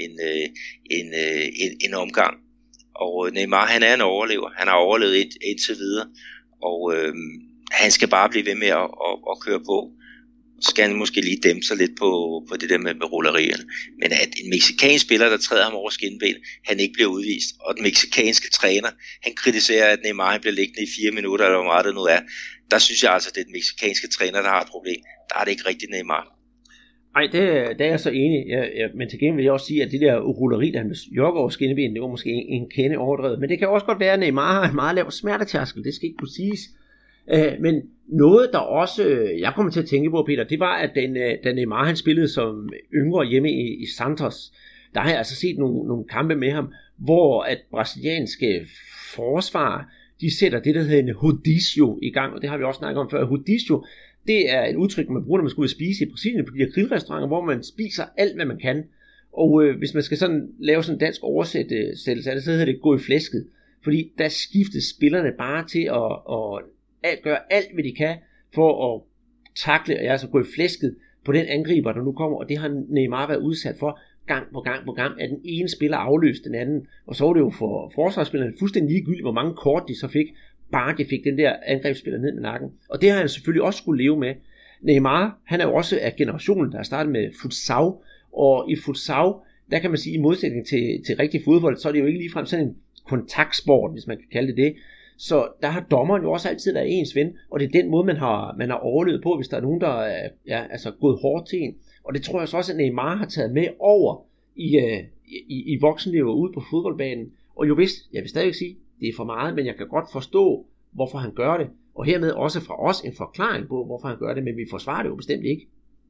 en omgang. Og Neymar, han er en overlever. Han har overlevet indtil videre, og han skal bare blive ved med at køre på. Så skal han måske lige dæmpe sig lidt på det der med rullerierne. Men at en mexicansk spiller, der træder ham over skinben, han ikke bliver udvist. Og den mexicanske træner, han kritiserer, at Neymar bliver liggende i 4 minutter, eller hvor meget det nu er. Der synes jeg altså, at det er den mexicanske træner, der har et problem. Der er det ikke rigtigt Neymar. Nej, det er jeg så enig. Men til gengæld vil jeg også sige, at det der rulleri, der han jogger over skinneben, det var måske en kende overdrevet. Men det kan også godt være, at Neymar har en meget lav smertetærskel. Det skal ikke kunne siges. Men noget, der også jeg kommer til at tænke på, Peter, det var, at da Neymar han spillede som yngre hjemme i Santos, der har jeg altså set nogle kampe med ham, hvor at brasilianske forsvar, de sætter det, der hedder en rodízio i gang, og det har vi også snakket om før. Rodízio, det er et udtryk, man bruger, når man skal ud og spise i Brasilien, på de her grillrestauranter, hvor man spiser alt, hvad man kan. Og hvis man skal sådan lave sådan en dansk oversættelse af det, så hedder det gå i flæsket. Fordi der skiftes spillerne bare til at gøre alt, hvad de kan, for at takle, og altså gå i flæsket på den angriber, der nu kommer, og det har Neymar været udsat for gang på gang, at den ene spiller afløste den anden, og så var det jo for forsvarsspillerne fuldstændig ligegyldigt, hvor mange kort de så fik, bare de fik den der angrebsspiller ned med nakken, og det har han selvfølgelig også skulle leve med. Neymar, han er jo også af generationen, der har startet med futsal, og i futsal, der kan man sige, i modsætning til rigtig fodbold, så er det jo ikke ligefrem sådan en kontaktsport, hvis man kan kalde det. Så der har dommeren jo også altid været ens ven, og det er den måde, man har overlevet på, hvis der er nogen, der er gået hårdt til en. Og det tror jeg så også, at Neymar har taget med over i voksenlivet ude på fodboldbanen. Og jo vist, jeg vil stadig sige, det er for meget, men jeg kan godt forstå, hvorfor han gør det. Og hermed også fra os en forklaring på, hvorfor han gør det, men vi forsvarer det jo bestemt ikke.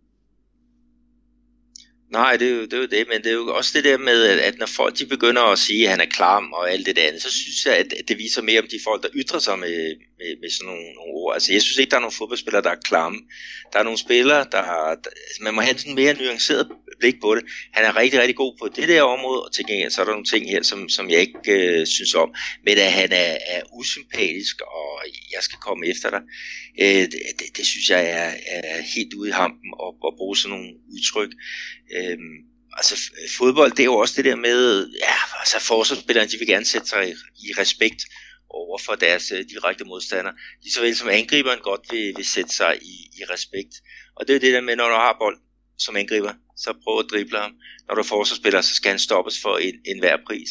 Nej, det er jo det, men det er jo også det der med, at når folk de begynder at sige, at han er klam og alt det der andet, så synes jeg, at det viser mere om de folk, der ytrer sig med sådan nogle ord. Altså, jeg synes ikke, der er nogle fodboldspillere, der er klamme. Der er nogle spillere, man må have sådan mere nuanceret blik på det. Han er rigtig, rigtig god på det der område, og til gengæld så er der nogle ting her, som jeg ikke synes om. Men at han er usympatisk, og jeg skal komme efter dig, det synes jeg er helt ude i hampen at bruge sådan nogle udtryk. Altså fodbold, det er jo også det der med, altså forsvarsspillerne, de vil gerne sætte sig i respekt over for deres direkte modstandere, lige så vel som angriberen godt vil sætte sig i respekt. Og det er jo det der med, når du har bold som angriber, så prøv at drible ham. Når du er forsvarsspiller, så skal han stoppes for enhver pris.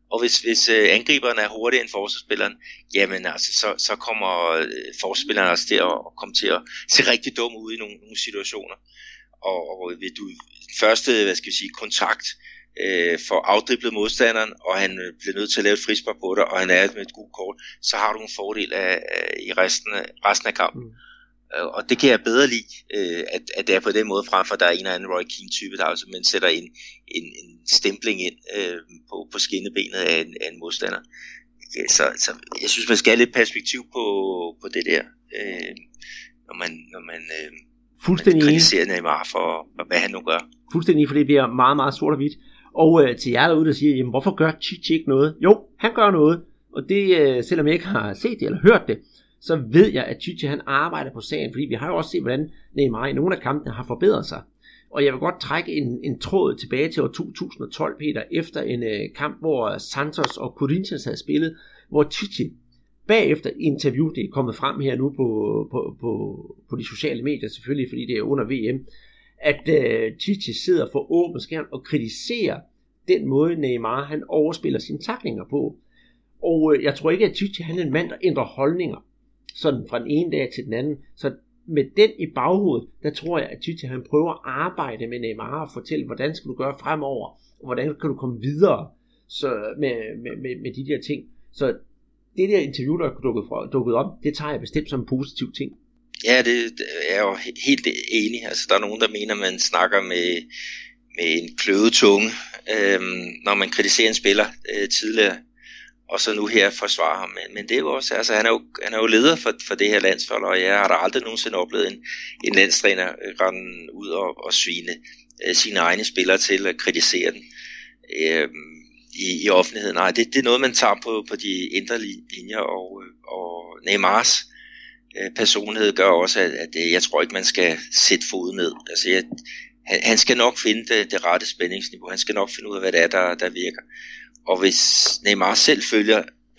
Og hvis angriberen er hurtigere end forsvarsspilleren, jamen altså, så kommer forsvarsspilleren altså til at komme til at se rigtig dum ud i nogle situationer. Og ved du første, kontakt får afdriblet modstanderen, og han bliver nødt til at lave et frispark på dig, og han er med et gult kort, så har du en fordel i resten af kampen. Og det kan jeg bedre lide, at det er på den måde, frem for der er en eller anden Roy Keane-type, der altså, man sætter en stempling ind på skinnebenet af en modstander. Så jeg synes, man skal have lidt perspektiv på det der, når man kritiserer Neymar for, hvad han nu gør. Fuldstændig, for det bliver meget, meget sort og hvidt. Og til jer derude, der siger, jamen, hvorfor gør Tite ikke noget? Jo, han gør noget, og det, selvom jeg ikke har set det eller hørt det, så ved jeg, at Tite han arbejder på sagen, fordi vi har jo også set, hvordan Neymar i nogle af kampene har forbedret sig. Og jeg vil godt trække en tråd tilbage til år 2012, Peter, efter en kamp, hvor Santos og Corinthians havde spillet, hvor Tite bagefter interview, det er kommet frem her nu på de sociale medier selvfølgelig, fordi det er under VM, at Tite sidder for åben skærm og kritiserer den måde Neymar han overspiller sine tacklinger på. Og jeg tror ikke, at Tite han er en mand, der ændrer holdninger sådan fra den ene dag til den anden. Så med den i baghovedet, der tror jeg, at Tite han prøver at arbejde med Neymar og fortælle, hvordan skal du gøre fremover, og hvordan kan du komme videre så med de der ting. Så det der interview, der er dukket op, det tager jeg bestemt som en positiv ting. Ja, det er jo helt enig. Altså, der er nogen, der mener, at man snakker med en kløvet tunge, når man kritiserer en spiller tidligere, og så nu her forsvarer ham. Men det er jo også, altså han er jo leder for det her landshold, og jeg har da aldrig nogensinde oplevet en landstræner rende ud og svine sine egne spillere til at kritisere den i offentligheden. Nej, det er noget, man tager på de indre linjer, og Neymars personlighed gør også, at jeg tror ikke, man skal sætte foden ned. Altså, han skal nok finde det rette spændingsniveau. Han skal nok finde ud af, hvad det er, der virker. Og hvis Neymar selv føler,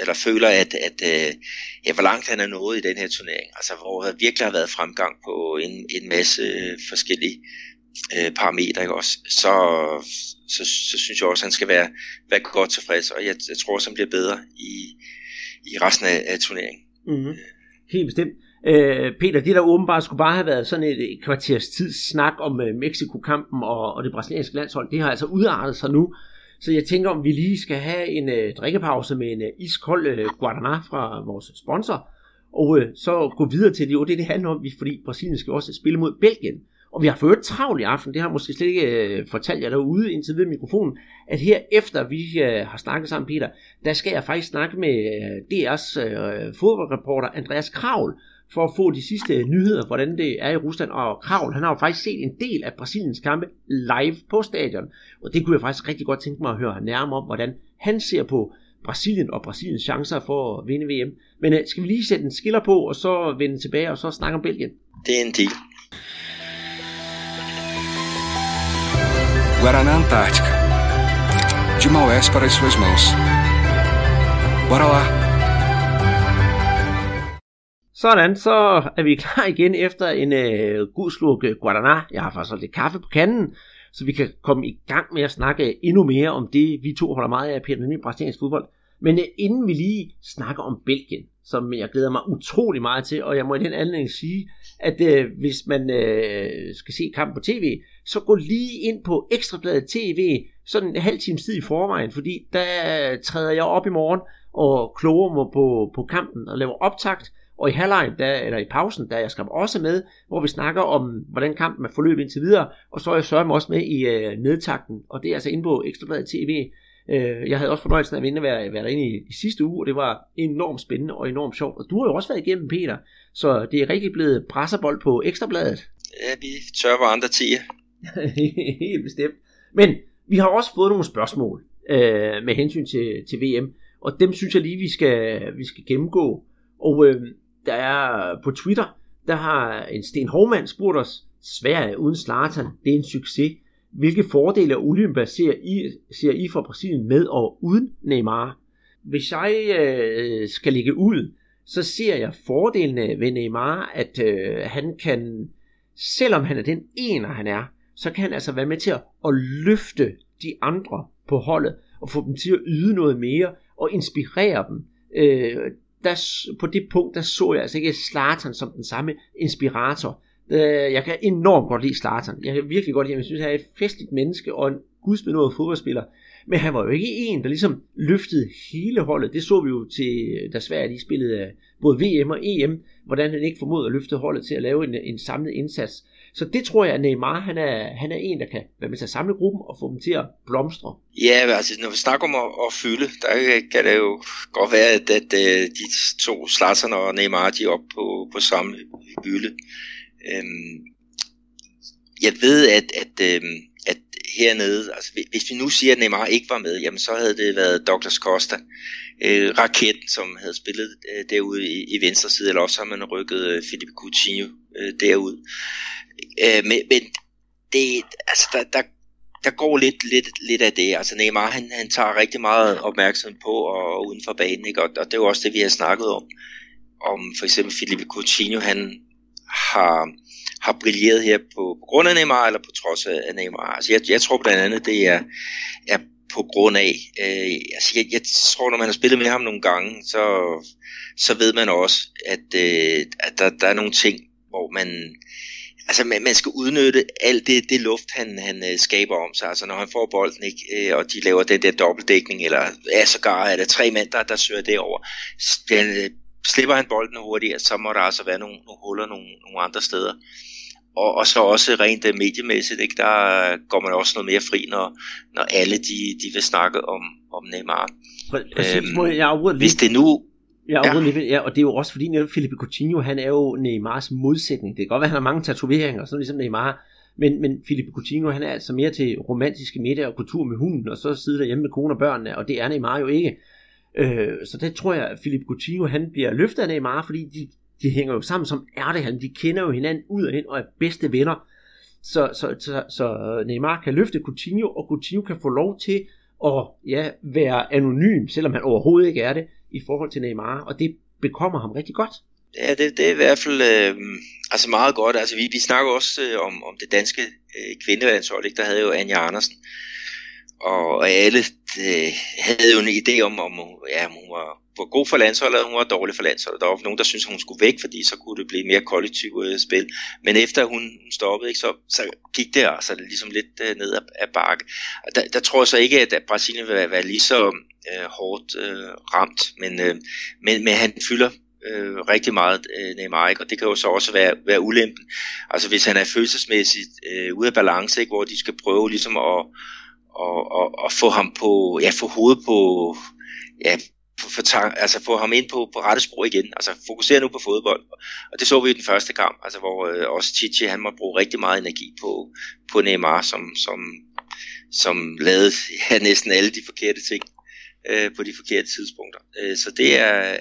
at hvor langt han er nået i den her turnering, altså hvor der virkelig har været fremgang på en masse forskellige parametre, ikke også, så synes jeg også, at han skal være godt tilfreds, og jeg tror også, han bliver bedre i resten af turneringen. Mm-hmm. Helt bestemt. Peter, det der åbenbart skulle bare have været sådan et kvarters tids snak om Mexico-kampen og det brasilianske landshold, det har altså udartet sig nu. Så jeg tænker, om vi lige skal have en drikkepause med en iskold Guaraná fra vores sponsor, og så gå videre til det handler om, fordi Brasilien skal også spille mod Belgien. Og vi har fået travlt i aften, det har måske slet ikke fortalt jer derude indtil ved mikrofonen, at her efter vi har snakket sammen, Peter, der skal jeg faktisk snakke med DR's fodboldreporter Andreas Kravl, for at få de sidste nyheder, hvordan det er i Rusland. Og Kravl, han har jo faktisk set en del af Brasiliens kampe live på stadion, og det kunne jeg faktisk rigtig godt tænke mig at høre nærmere om, hvordan han ser på Brasilien og Brasiliens chancer for at vinde VM. Men skal vi lige sætte en skiller på, og så vende tilbage, og så snakke om Belgien? Det er en deal. Guaraná Antártica. De Maués para as suas mãos. Bora lá. Sådan, så er vi klar igen efter en god slurk Guaraná. Jeg har faktisk også lidt kaffe på kanden, så vi kan komme i gang med at snakke endnu mere om det, vi to holder meget af, Peter, nemlig brasiliansk fodbold. Men inden vi lige snakker om Belgien, som jeg glæder mig utrolig meget til, og jeg må i den anledning sige, at hvis man skal se kampen på tv, så gå lige ind på Ekstrabladet TV, sådan en halv times tid i forvejen, fordi der træder jeg op i morgen og kloger mig på kampen og laver optakt. Og i halvlejen, eller i pausen, der er jeg skam også med, hvor vi snakker om, hvordan kampen er forløbet indtil videre, og så er jeg sørget også med i nedtakten, og det er altså inde på Ekstrabladet TV. Jeg havde også fornøjelsen af at være derinde i sidste uge, og det var enormt spændende og enormt sjovt. Og du har jo også været igennem, Peter, så det er rigtig blevet brasserbold på Ekstrabladet. Ja, vi tør hvor andre tiger. Helt bestemt. Men vi har også fået nogle spørgsmål med hensyn til VM, og dem synes jeg lige, vi skal gennemgå. Og der er på Twitter, der har en Sten Hovmand spurgt os, Sverige uden Zlatan, det er en succes. Hvilke fordele af Olympia ser I for Brasilien med og uden Neymar? Hvis jeg skal lægge ud, så ser jeg fordelene ved Neymar, at han kan, selvom han er den ener han er, så kan han altså være med til at løfte de andre på holdet. og få dem til at yde noget mere, og inspirere dem. På det punkt, der så jeg altså ikke Zlatan som den samme inspirator. Jeg kan enormt godt lide Zlatan. Jeg kan virkelig godt lide ham. Jeg synes, han er et festligt menneske, og en gudsbenådet fodboldspiller. Men han var jo ikke en, der ligesom løftede hele holdet. Det så vi jo da Sverige de spillede både VM og EM, hvordan han ikke formåede at løfte holdet til at lave en samlet indsats. Så det tror jeg, at Neymar han er en, der kan være med til at samle gruppen og få dem til at blomstre. Ja, altså når vi snakker om at fylde, der kan det jo godt være, at de to, Zlatan og Neymar, de er oppe på samme hylde. Jeg ved, at hernede, altså hvis vi nu siger, at Neymar ikke var med, jamen så havde det været Douglas Costa, raketten, som havde spillet derude i venstre side, eller også har man rykket Philippe Coutinho derud. Men det, altså der går lidt af det. Altså Neymar, han tager rigtig meget opmærksomhed på og uden for banen, ikke? Og det er jo også det, vi har snakket om for eksempel Philippe Coutinho, han har brilleret her på grund af Neymar, eller på trods af Neymar. Altså jeg tror blandt andet, det er på grund af, altså jeg tror, når man har spillet med ham nogle gange, så ved man også, at der er nogle ting, hvor man skal udnytte alt det luft, han skaber om sig. Altså når han får bolden, ikke, og de laver den der dobbeltdækning, eller sågar er der 3 mænd, der søger derover. Slipper han bolden hurtigt, så må der altså være nogle huller nogle andre steder. Og så også rent mediemæssigt, ikke, der går man også noget mere fri, når alle de vil snakke om Neymar. Præcis, hvis det nu... Ja, og det er jo også fordi netop Philippe Coutinho, han er jo Neymars modsætning. Det kan godt være, at han har mange tatoveringer, sådan ligesom Neymar, men Philippe Coutinho, han er altså mere til romantiske middag og kultur med hunden, og så sidder der hjemme med kone og børnene, og det er Neymar jo ikke. Så det tror jeg, at Philippe Coutinho, han bliver løftet af Neymar, fordi de hænger jo sammen som ærtehalm. De kender jo hinanden ud og ind og er bedste venner. Så Neymar kan løfte Coutinho, og Coutinho kan få lov til at være anonym, selvom han overhovedet ikke er det, i forhold til Neymar, og det bekommer ham rigtig godt. Ja, det er i hvert fald altså meget godt. Altså vi snakker også om det danske kvindelandshold, ikke? Der havde jo Anja Andersen, og alle havde jo en idé om hun var god for landsholdet, og hun var dårlig for landsholdet. Der var nogen, der syntes, at hun skulle væk, fordi så kunne det blive mere kollektivt spil. Men efter hun stoppede, ikke, så gik det altså ligesom lidt ned ad bakke. Og der tror jeg så ikke, at Brasilien vil være lige så hårdt ramt, men han fylder rigtig meget Neymar, ikke? Og det kan jo så også være ulempen. Altså hvis han er følelsesmæssigt ude af balance, ikke, hvor de skal prøve ligesom at få ham på, få hovedet på, altså få ham ind på rette spor igen, altså fokusere nu på fodbold, og det så vi i den første kamp, altså hvor også Tite, han må bruge rigtig meget energi på Neymar, som lavede næsten alle de forkerte ting på de forkerte tidspunkter, så det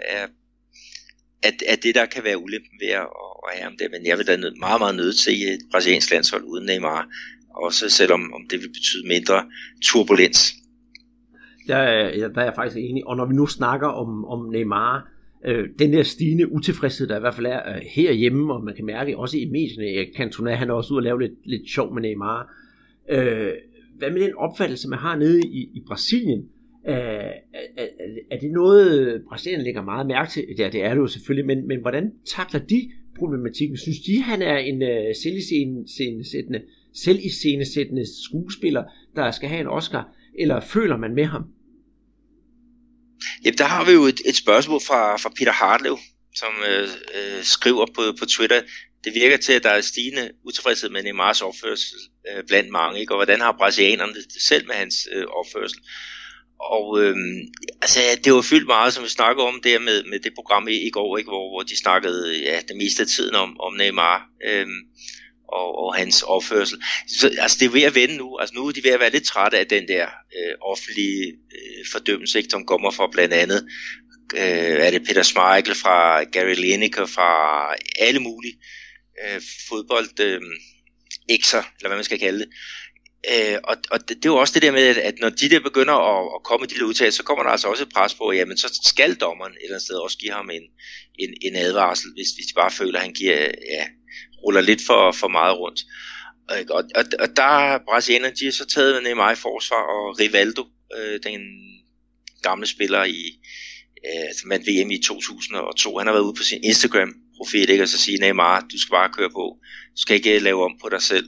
er det, der kan være ulempen ved at have ham der, men jeg vil da meget, meget nødt til et brasiliansk landshold uden Neymar, også selvom det vil betyde mindre turbulens. Der er jeg faktisk enig, og når vi nu snakker om Neymar, den der stigende utilfredshed, der i hvert fald er herhjemme, og man kan mærke også i medierne, Cantona, han er også ude at lave lidt sjov med Neymar. Hvad med den opfattelse, man har nede i Brasilien? Er det noget, Brasilien lægger meget mærke til? Ja, det er det jo selvfølgelig, men hvordan takler de problematikken? Synes de, han er en selviscenesættende skuespiller, der skal have en Oscar, eller føler man med ham? Jamen, der har vi jo et spørgsmål fra Peter Hartlev, som skriver på Twitter. Det virker til, at der er stigende utilfredshed med Neymars opførsel blandt mange, ikke? Og hvordan har brasilianerne det selv med hans opførsel? Og altså, det var fyldt meget, som vi snakkede om der med det program i går, ikke? Hvor de snakkede det meste af tiden om Neymar og hans opførsel. Så, altså, det er ved at vende nu. Altså, nu er de ved at være lidt trætte af den der offentlige fordømmelse, ikke, som kommer fra blandt andet er det Peter Schmeichel, fra Gary Lineker, fra alle mulige fodbold ekser, eller hvad man skal kalde det. Og det er jo også det der med, at når de der begynder at komme med de der udtalelser, så kommer der altså også et pres på, jamen så skal dommeren et eller andet sted også give ham en advarsel, hvis de bare føler, at han ruller lidt for meget rundt. Og der har brasilianerne, de har så taget Neymar i forsvar, og Rivaldo den gamle spiller som vandt VM i 2002. Han har været ude på sin Instagram-profil, ikke? Og så sige, Neymar, du skal bare køre på. Du skal ikke lave om på dig selv.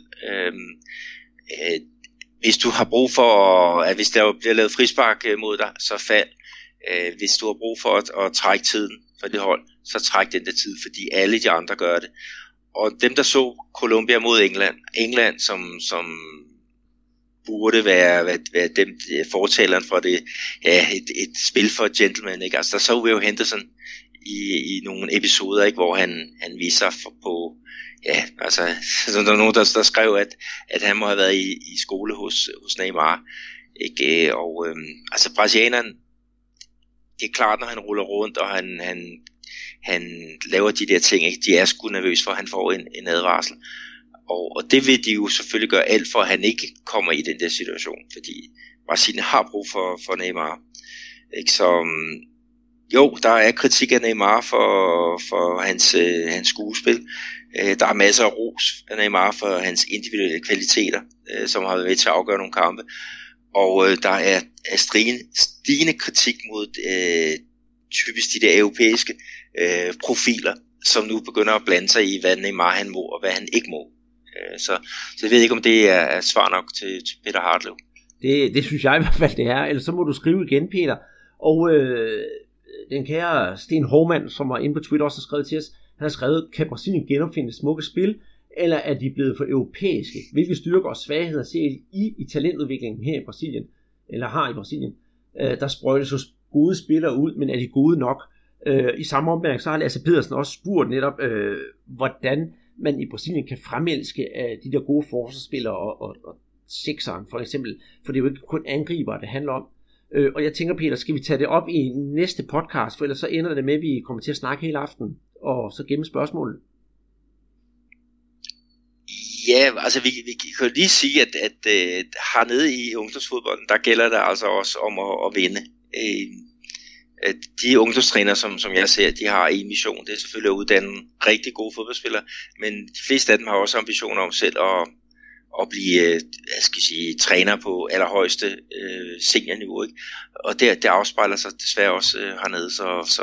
Hvis du har brug for, at hvis der bliver lavet frispark mod dig, så fald. Hvis du har brug for at trække tiden for det hold, så træk den der tid, fordi alle de andre gør det. Og dem, der så Colombia mod England som burde være dem fortaleren for det, et spil for gentleman, ikke? Altså der så vi jo Henderson i nogle episoder, ikke, hvor han viser på, ja, altså der er nogen der skrev at han må have været i skole hos Neymar, ikke? Og altså brasilianeren, det er klart, når han ruller rundt og han laver de der ting, ikke? De er sgu nervøs for, at han får en advarsel. Og det vil de jo selvfølgelig gøre alt for, at han ikke kommer i den der situation, fordi Brasilien har brug for Neymar. Ikke? Så jo, der er kritik af Neymar for hans skuespil. Der er masser af ros af Neymar for hans individuelle kvaliteter, som har været med til at afgøre nogle kampe. Og der er stigende kritik mod typisk de der europæiske profiler, som nu begynder at blande sig i, hvad Neymar han må og hvad han ikke må. Så jeg ved ikke, om det er svar nok til Peter Hartlev. Det synes jeg i hvert fald, det er. Ellers så må du skrive igen, Peter. Og den kære Sten Hovmand, som var inde på Twitter, også har skrevet til os, han har skrevet, kan Brasilien genopfinde smukke spil, eller er de blevet for europæiske? Hvilke styrker og svagheder ser I talentudviklingen her i Brasilien, eller har i Brasilien? Der sprøjtes så gode spillere ud, men er de gode nok? I samme ombæring, så har Lasse Pedersen også spurgt netop, hvordan man i Brasilien kan fremelske de der gode forsvarsspillere og sekseren for eksempel, for det er jo ikke kun angriber, det handler om. Og jeg tænker, Peter, skal vi tage det op i næste podcast, for ellers så ender det med, at vi kommer til at snakke hele aften, og så gemme spørgsmålet. Ja, altså vi kan lige sige, at hernede i ungdomsfodbolden, der gælder det altså også om at vinde. De ungdomstrænere, som jeg ser, de har en mission, det er selvfølgelig at uddanne rigtig gode fodboldspillere, men de fleste af dem har også ambitioner om selv at blive, træner på allerhøjeste seniorniveau, ikke? Og det afspejler sig desværre også hernede, så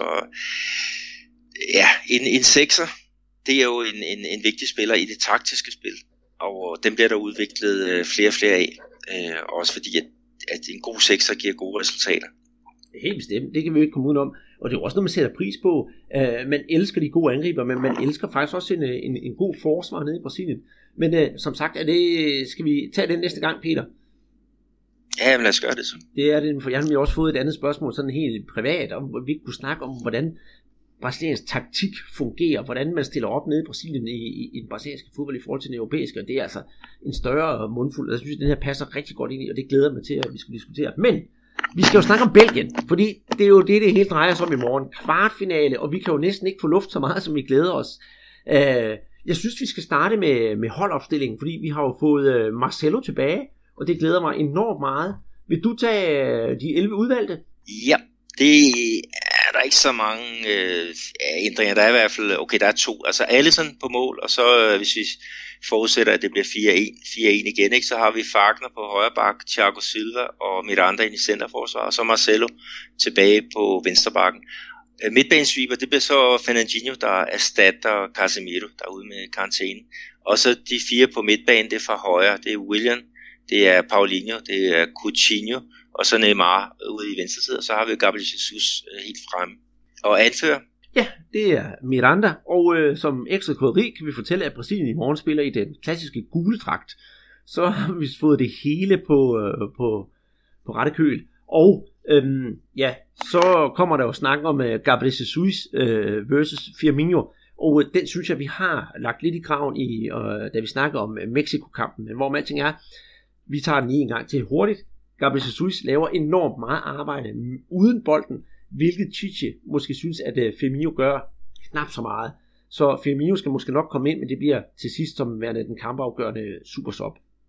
ja, en sekser, det er jo en vigtig spiller i det taktiske spil, og dem bliver der udviklet flere og flere af, også fordi at en god sekser giver gode resultater. Helt bestemt, det kan vi jo ikke komme udenom. Og det er jo også noget, man sætter pris på. Man elsker de gode angriber, men man elsker faktisk også en god forsvar nede i Brasilien. Men som sagt, skal vi tage den næste gang, Peter? Ja, men lad os gøre det så. Det er det, for jeg har jo også fået et andet spørgsmål, sådan helt privat, om vi kunne snakke om, hvordan Brasiliens taktik fungerer, hvordan man stiller op nede i Brasilien i den brasilianske fodbold i forhold til den europæiske, og det er altså en større mundfuld. Jeg synes, at den her passer rigtig godt ind i, og det glæder mig til, at vi skal diskutere. Men vi skal jo snakke om Belgien, fordi det er jo det hele drejer sig om i morgen. Kvartfinale, og vi kan jo næsten ikke få luft så meget, som vi glæder os. Jeg synes, vi skal starte med holdopstillingen, fordi vi har jo fået Marcelo tilbage, og det glæder mig enormt meget. Vil du tage de 11 udvalgte? Ja, det er der ikke så mange ændringer. Der er i hvert fald, okay, der er 2. Altså Alisson på mål, og så hvis vi forudsætter, at det bliver 4-1 igen, ikke? Så har vi Fagner på højre bak, Thiago Silva og Miranda ind i centerforsvaret, og så Marcelo tilbage på venstre bakken. Midtbanesweeper, det bliver så Fernandinho, der erstatter Casemiro, der er ude med karantæne. Og så de 4 på midtbanen, det er fra højre, det er Willian, det er Paulinho, det er Coutinho, og så Neymar ude i venstre side, og så har vi Gabriel Jesus helt fremme. Og anfører? Ja, det er Miranda, og som ekstra koderi kan vi fortælle, at Brasilien i morgen spiller i den klassiske gule dragt. Så har vi fået det hele på rette køl. Og ja, så kommer der jo snak om Gabriel Jesus versus Firmino, og den synes jeg, vi har lagt lidt i graven i, da vi snakker om Mexico-kampen, men hvor man alting er, vi tager den lige en gang til hurtigt. Gabriel Jesus laver enormt meget arbejde uden bolden, hvilket Chiche måske synes, at Firmino gør knap så meget. Så Firmino skal måske nok komme ind, men det bliver til sidst som værende den kampafgørende supersub.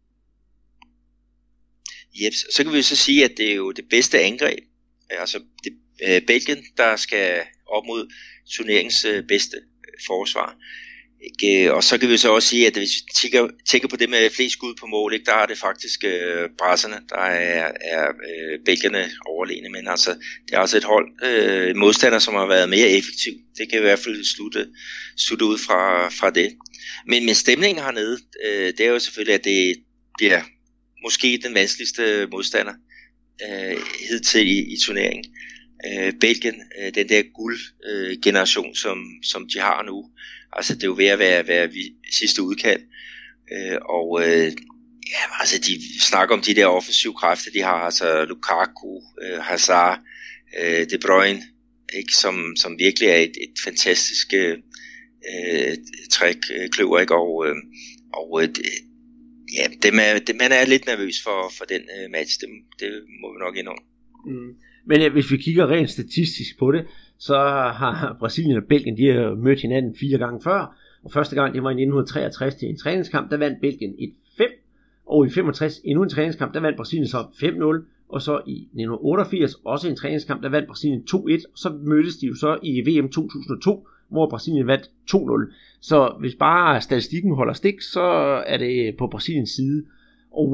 Yep, så kan vi så sige, at det er jo det bedste angreb. Altså Belgien, der skal op mod turneringens bedste forsvar. Ikke? Og så kan vi så også sige, at hvis vi tænker på det med flest skud på mål, ikke, der er det faktisk brasserne, der er belgierne overlegne, men altså, det er altså et hold, modstander, som har været mere effektiv. Det kan i hvert fald slutte ud fra det. Men stemningen hernede, det er jo selvfølgelig, at det bliver måske den vanskeligste modstander hidtil i turneringen. Belgien, den der guldgeneration, som de har nu, altså det er jo ved at være sidste udkald, altså de snakker om de der offensive kræfter, de har, altså Lukaku, Hazard, De Bruyne, ikke, som virkelig er et fantastisk trækkløver, ikke, man er lidt nervøs for den match, det må vi nok indrømme. Men hvis vi kigger rent statistisk på det, så har Brasilien og Belgien, de har mødt hinanden 4 gange før, og første gang det var i 1963 til en træningskamp, der vandt Belgien 1-5, og i 65 endnu en træningskamp, der vandt Brasilien så 5-0, og så i 1988 også en træningskamp, der vandt Brasilien 2-1, og så mødtes de jo så i VM 2002, hvor Brasilien vandt 2-0. Så hvis bare statistikken holder stik, så er det på Brasiliens side. Og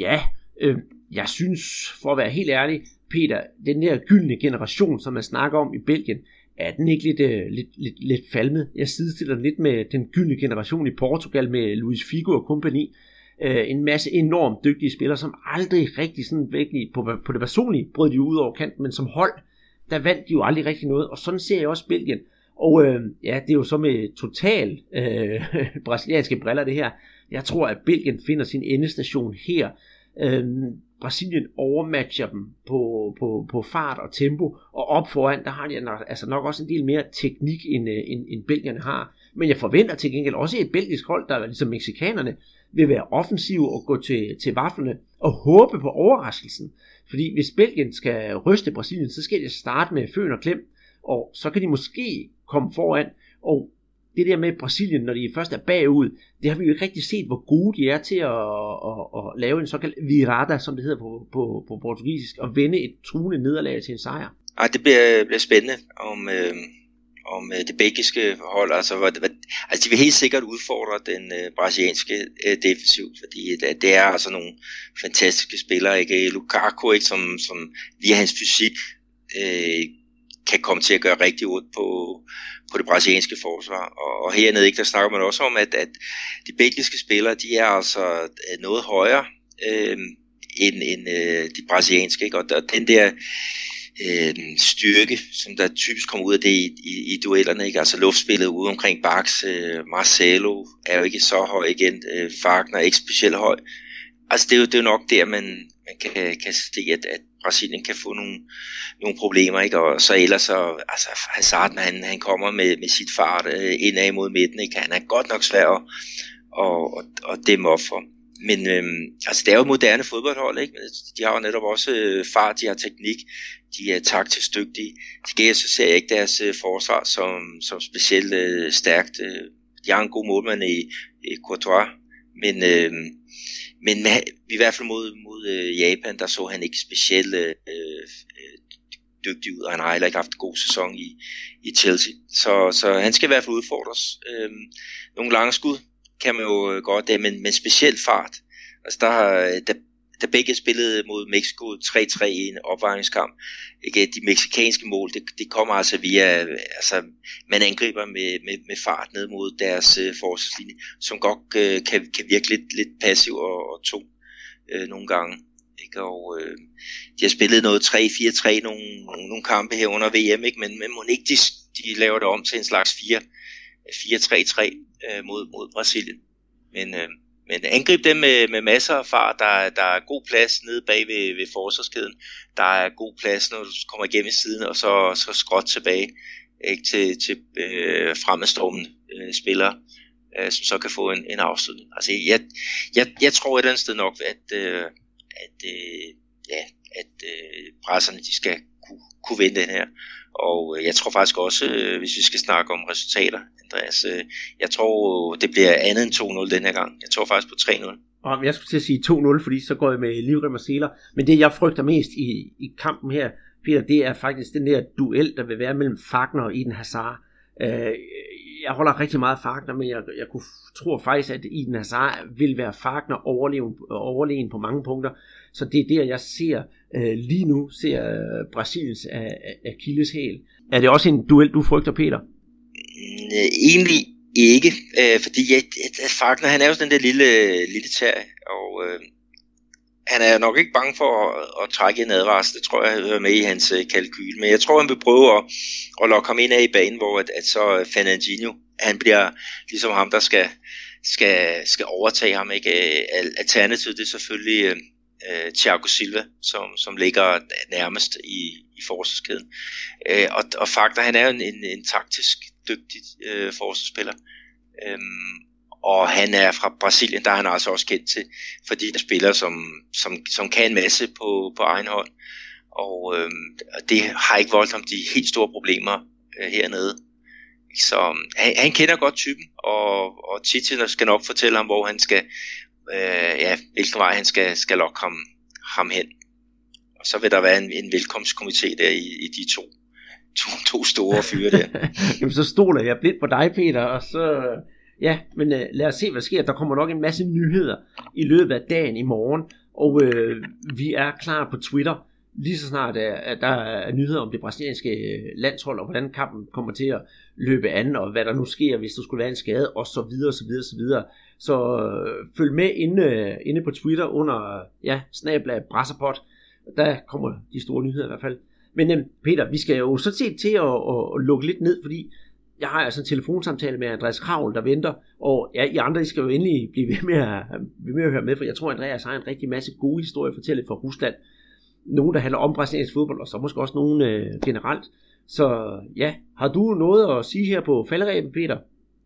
jeg synes, for at være helt ærlig, Peter, den der gyldne generation, som man snakker om i Belgien, er den ikke lidt falmet? Jeg sidestiller den lidt med den gyldne generation i Portugal med Luis Figo og kompagni. En masse enormt dygtige spillere, som aldrig rigtig sådan virkelig på det personlige brød de ud over kanten, men som hold, der vandt de jo aldrig rigtig noget, og sådan ser jeg også Belgien. Og det er jo så med total brasilianske briller det her. Jeg tror, at Belgien finder sin endestation her. Brasilien overmatcher dem på fart og tempo, og op foran, der har de nok også en del mere teknik, end belgierne har. Men jeg forventer til gengæld også et belgisk hold, der ligesom mexikanerne, vil være offensive og gå til vaflerne og håbe på overraskelsen. Fordi hvis Belgien skal ryste Brasilien, så skal de starte med føn og klem, og så kan de måske komme foran. Og det der med Brasilien, når de først er bagud, det har vi jo ikke rigtig set, hvor gode de er til at lave en såkaldt virada, som det hedder på portugisisk, og vende et truende nederlag til en sejr. Ej, det bliver spændende om det belgiske hold, altså de vil helt sikkert udfordre den brasilianske defensiv, fordi det er altså nogle fantastiske spillere, ikke? Lukaku, ikke, som via hans fysik kan komme til at gøre rigtig ondt på det brasilianske forsvar. Og hernede, ikke, der snakker man også om, at de belgiske spillere, de er altså noget højere end de brasilianske, ikke? Og den der styrke, som der typisk kommer ud af det i duellerne, ikke? Altså luftspillet ude omkring baks, Marcelo er jo ikke så høj igen, Fagner er ikke specielt høj. Altså det er jo nok der, man kan se, at Brasilien kan få nogle problemer, ikke? Og så ellers så, altså Hazard, han kommer med sit fart indad mod midten, ikke? Han er godt nok svær at dæmme op for. Men altså det er jo et moderne fodboldhold, ikke? De har jo netop også fart, de har teknik, de er taktisk dygtige. Til gengæld så ser jeg ikke deres forsvar som specielt stærkt. De har en god målmand i Courtois, men i hvert fald mod Japan, der så han ikke specielt dygtig ud, og han har heller ikke haft en god sæson i Chelsea. Så han skal i hvert fald udfordres. Nogle lange skud kan man jo godt, men specielt fart. Altså da begge spillede mod Mexico 3-3 i en opvarmningskamp, ikke? De mexikanske mål, det kommer altså via, altså man angriber med fart ned mod deres forsvarslinje, som godt kan virke lidt passiv og tung nogle gange. Ikke? Og de har spillet noget 3-4-3 nogle kampe her under VM, ikke? Men må ikke de laver det om til en slags 4-3-3 mod Brasilien. Men angrib dem med masser af fart. Der er god plads nede bag ved forsvarskæden. Der er god plads, når du kommer igennem siden, og så skråt tilbage, ikke, til fremadstormende spillere, som så kan få en afslutning. Altså, jeg tror et eller andet sted nok, at brasserne de skal kunne vinde den her. Og jeg tror faktisk også, hvis vi skal snakke om resultater, Andreas, jeg tror, det bliver andet end 2-0 den her gang. Jeg tror faktisk på 3-0. Og jeg skulle til at sige 2-0, fordi så går jeg med livrem og seler. Men det, jeg frygter mest i kampen her, Peter, det er faktisk den der duel, der vil være mellem Fagner og Eden Hazard. jeg holder rigtig meget Fagner, men jeg tror faktisk, at Eden Hazard vil være Fagner overlegen på mange punkter. Så det er der, jeg ser lige nu, Brasiliens akilleshæl. Er det også en duel, du frygter, Peter? Egentlig ikke, fordi Fagner, han er jo sådan den der lille tær, og han er nok ikke bange for at trække en advarsel. Det tror jeg hører med i hans kalkyl. Men jeg tror, han vil prøve at lokke ham ind af i banen, hvor at så Fernandinho, han bliver ligesom ham, der skal overtage ham. Ikke? Alternativet, det er selvfølgelig Thiago Silva, som ligger nærmest i forsvarskæden. Og Fagner, han er jo en taktisk dygtig forsvarsspiller. Og han er fra Brasilien, der er han altså også kendt til, fordi der spiller som kan en masse på egen hånd. Og det har ikke voldt ham de helt store problemer hernede. Så han kender godt typen, og Tite skal nok fortælle ham, hvor han skal, hvilken vej han skal lokke ham hen. Og så vil der være en velkomstkomité der i de to store fyre der. Jamen så stoler jeg blindt på dig, Peter, og så... Ja, men lad os se, hvad der sker. Der kommer nok en masse nyheder i løbet af dagen i morgen, og vi er klar på Twitter, lige så snart at der er nyheder om det brasilianske landshold, og hvordan kampen kommer til at løbe an, og hvad der nu sker, hvis der skulle være en skade, og så videre, så videre, så videre. Så følg med inde på Twitter under, @brasserpot. Der kommer de store nyheder i hvert fald. Men Peter, vi skal jo så set til at lukke lidt ned, fordi jeg har altså en telefonsamtale med Andreas Kravl, der venter, og I andre, I skal jo endelig blive ved med at høre med, for jeg tror, Andreas har en rigtig masse gode historier at fortælle fra Rusland. Nogle, der handler om brasiliansk fodbold, og så måske også nogle generelt. Så ja, har du noget at sige her på falderæben, Peter?